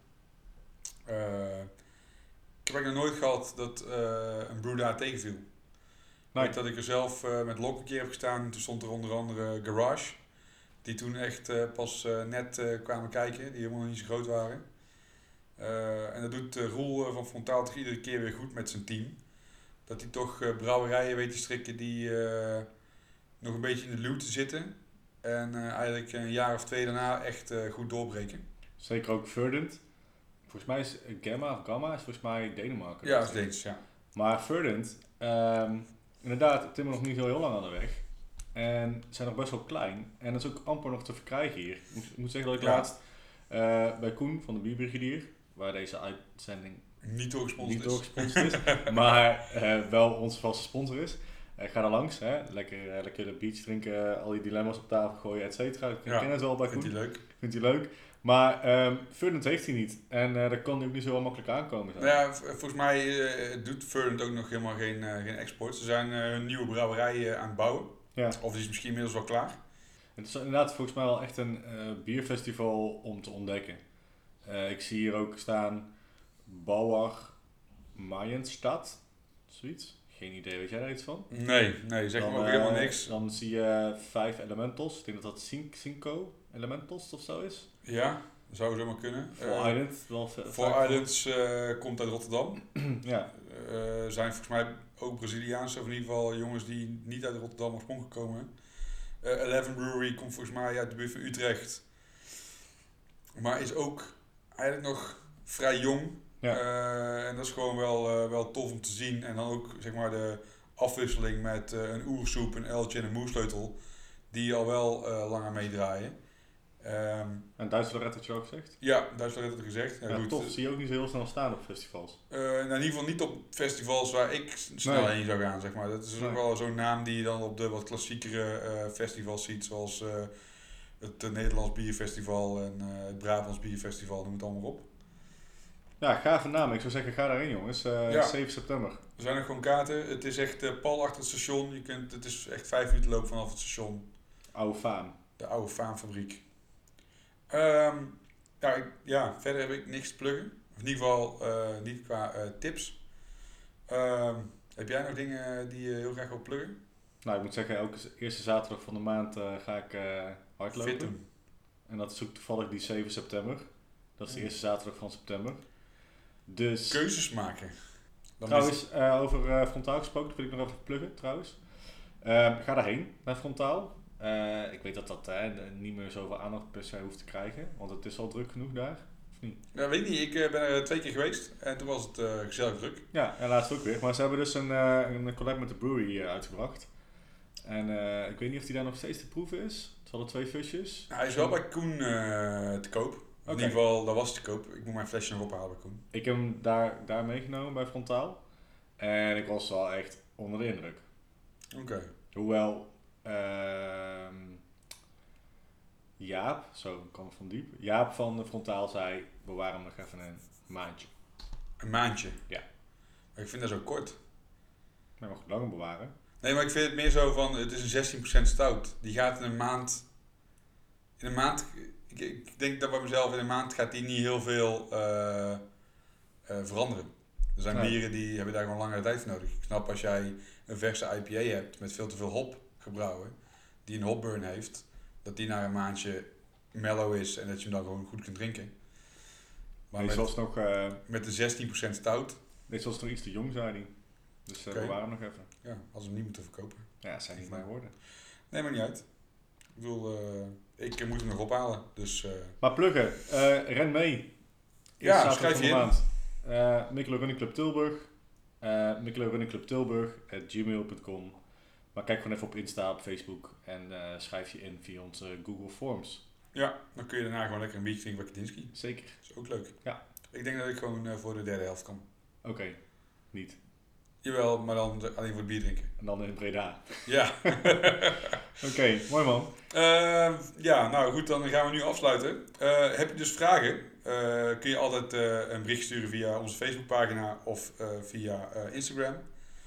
Uh, ik heb eigenlijk nog nooit gehad dat uh, een Bruda tegenviel. Nee. Ik weet dat ik er zelf uh, met Lok een keer heb gestaan. Toen stond er onder andere Garage. Die toen echt uh, pas uh, net uh, kwamen kijken. Die helemaal nog niet zo groot waren. Uh, en dat doet uh, Roel uh, van Frontaal toch iedere keer weer goed met zijn team. Dat hij toch uh, brouwerijen weet te strikken die uh, nog een beetje in de luwte zitten. En uh, eigenlijk een jaar of twee daarna echt uh, goed doorbreken. Zeker ook Verdant. Volgens mij is Gamma of Gamma is volgens mij Denemarken. Ja, dat is Deens, ja. Maar Verdant, um, inderdaad, timmer nog niet zo heel lang aan de weg. En zijn nog best wel klein. En dat is ook amper nog te verkrijgen hier. Ik moet, ik moet zeggen dat ik ja. laatst uh, bij Koen van de Bierbrigadier, waar deze uitzending niet doorgesponsord niet is, doorgesponsord is maar uh, wel onze vaste sponsor is. Uh, ga er langs, hè. Lekker, uh, lekker de beach drinken, al die dilemma's op tafel gooien, et cetera. Ik ja, ken het wel bij Koen. Vindt hij leuk. Vindt hij leuk. Maar um, Verdant heeft hij niet. En uh, daar kan hij ook niet zo wel makkelijk aankomen. Zijn. Nou ja, v- volgens mij uh, doet Verdant ook nog helemaal geen, uh, geen export. Ze zijn uh, een nieuwe brouwerij uh, aan het bouwen. Ja. Of die is misschien inmiddels wel klaar. Het is inderdaad volgens mij wel echt een uh, bierfestival om te ontdekken. Uh, ik zie hier ook staan Bauer Mayenstad. Zoiets. Geen idee, weet jij daar iets van? Nee, nee, zeg maar ook helemaal niks. Dan zie je vijf Elementals. Ik denk dat dat Cin- Cinco Elementals of zo is. Ja, dat zou zomaar kunnen. Four Uh, Island. Wel v- Four vaak Islands uh, komt uit Rotterdam. ja. Uh, zijn volgens mij ook Braziliaanse, of in ieder geval jongens die niet uit Rotterdam oorspronkelijk komen. Uh, Eleven Brewery komt volgens mij uit de buurt van Utrecht. Maar is ook eigenlijk nog vrij jong. Ja. Uh, en dat is gewoon wel, uh, wel tof om te zien. En dan ook zeg maar de afwisseling met uh, een oersoep, een uiltje en een moersleutel. die al wel uh, langer meedraaien. Um, en Duitse Lorette had je ook gezegd? Ja, Duitse Lorette had gezegd. Ja, ja, goed. Tof, zie je ook niet zo heel snel staan op festivals? Uh, nou, in ieder geval niet op festivals waar ik snel nee. heen zou gaan, zeg maar. Dat is nee. ook wel zo'n naam die je dan op de wat klassiekere uh, festivals ziet, zoals uh, het uh, Nederlands Bierfestival en uh, het Brabants Bierfestival, noem het allemaal op. Ja, gave naam. Ik zou zeggen, ga daarheen jongens. Uh, ja. zeven september. Er zijn nog gewoon kaarten. Het is echt uh, pal achter het station. Je kunt, het is echt vijf minuten lopen vanaf het station. Oude Faam. De oude Faamfabriek. Um, ja, ik, ja, verder heb ik niks te pluggen. Of in ieder geval uh, niet qua uh, tips. Um, heb jij nog dingen die je heel graag wil pluggen? Nou, ik moet zeggen, elke eerste zaterdag van de maand uh, ga ik uh, hardlopen. Fitten. En dat is ook toevallig die zeven september. Dat is de eerste zaterdag van september. Dus... Keuzes maken. Dan trouwens, uh, over uh, Frontaal gesproken, dat wil ik nog even pluggen trouwens. Uh, ga daarheen, naar Frontaal. Uh, ik weet dat dat uh, niet meer zoveel aandacht per se hoeft te krijgen, want het is al druk genoeg daar, of niet? Nou, weet ik niet. Ik uh, ben er twee keer geweest en toen was het uh, gezellig druk. Ja, en laatst ook weer. Maar ze hebben dus een, uh, een collab met de brewery uh, uitgebracht. En uh, ik weet niet of die daar nog steeds te proeven is. Ze hadden twee fusjes. Nou, hij is wel bij Koen uh, te koop. Okay. In ieder geval, dat was te koop. Ik moet mijn flesje nog ophalen bij Koen. Ik heb hem daar, daar meegenomen bij Frontaal. En ik was wel echt onder de indruk. Oké. Okay. Hoewel... Uh, Jaap, zo kwam van diep. Jaap van de Frontaal zei, bewaar hem nog even een maandje. Een maandje? Ja. Maar ik vind dat zo kort. Maar je mag langer bewaren. Nee, maar ik vind het meer zo van, het is een zestien procent stout. Die gaat in een maand... In een maand... Ik, ik denk dat bij mezelf, in een maand gaat die niet heel veel uh, uh, veranderen. Er zijn nee. bieren die hebben daar gewoon langere tijd voor nodig. Ik snap als jij een verse I P A hebt met veel te veel hop gebrouwen, die een hopburn heeft, dat die na een maandje mellow is en dat je hem dan gewoon goed kunt drinken. Maar deze met, was nog, uh, met de zestien procent stout. Deze was nog iets te jong, zei hij. Dus uh, okay. we waren nog even. Ja, als we hem niet moeten verkopen. Ja, dat zijn niet mijn woorden. Nee, maar niet uit. Ik bedoel, uh, ik moet hem nog ophalen. Dus, uh... Maar pluggen, uh, ren mee. Ja, schrijf je in. Maand. Uh, Mikkeler Running Club Tilburg. Uh, Mikkeler Running Club Tilburg at gmail dot com. Maar kijk gewoon even op Insta, op Facebook en uh, schrijf je in via onze Google Forms. Ja, dan kun je daarna gewoon lekker een biertje drinken bij Kedinsky. Zeker. Dat is ook leuk. Ja. Ik denk dat ik gewoon uh, voor de derde helft kan. Oké, okay. Niet. Jawel, maar dan alleen voor het bier drinken. En dan in Breda. Ja. Oké, okay, mooi man. Uh, ja, nou goed, dan gaan we nu afsluiten. Uh, heb je dus vragen? Uh, kun je altijd uh, een bericht sturen via onze Facebookpagina of uh, via uh, Instagram.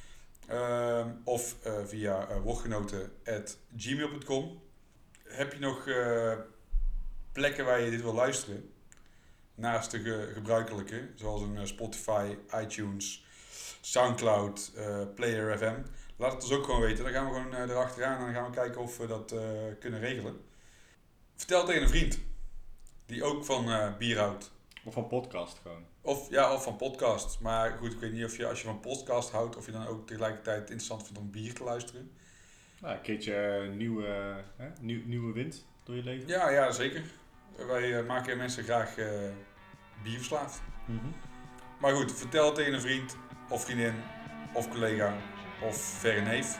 Uh, of uh, via uh, woordgenoten at gmail dot com. Heb je nog uh, plekken waar je dit wil luisteren? Naast de ge- gebruikelijke, zoals een uh, Spotify, iTunes, Soundcloud, uh, Player F M. Laat het ons ook gewoon weten. Dan gaan we gewoon uh, erachteraan en dan gaan we kijken of we dat uh, kunnen regelen. Vertel tegen een vriend die ook van uh, bier houdt. Of van podcast gewoon. Of, ja, of van podcast. Maar goed, ik weet niet of je als je van podcast houdt, of je dan ook tegelijkertijd interessant vindt om bier te luisteren. Nou, een keertje nieuwe, hè? Nieuw, nieuwe wind door je leven. Ja, ja, zeker. Wij uh, maken mensen graag uh, bierverslaafd. Mm-hmm. Maar goed, vertel het tegen een vriend, of vriendin, of collega, of verre neef.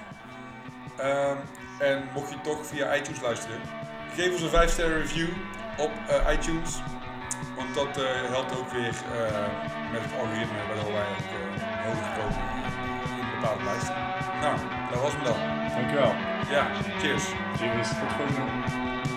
Um, en mocht je toch via iTunes luisteren, geef ons een vijf sterren review op uh, iTunes. Want dat uh, helpt ook weer uh, met het algoritme waardoor wij ook uh, hoger komen in een bepaalde lijst. Nou, dat was me dan. Dankjewel. Ja, cheers. Cheers, tot volgende.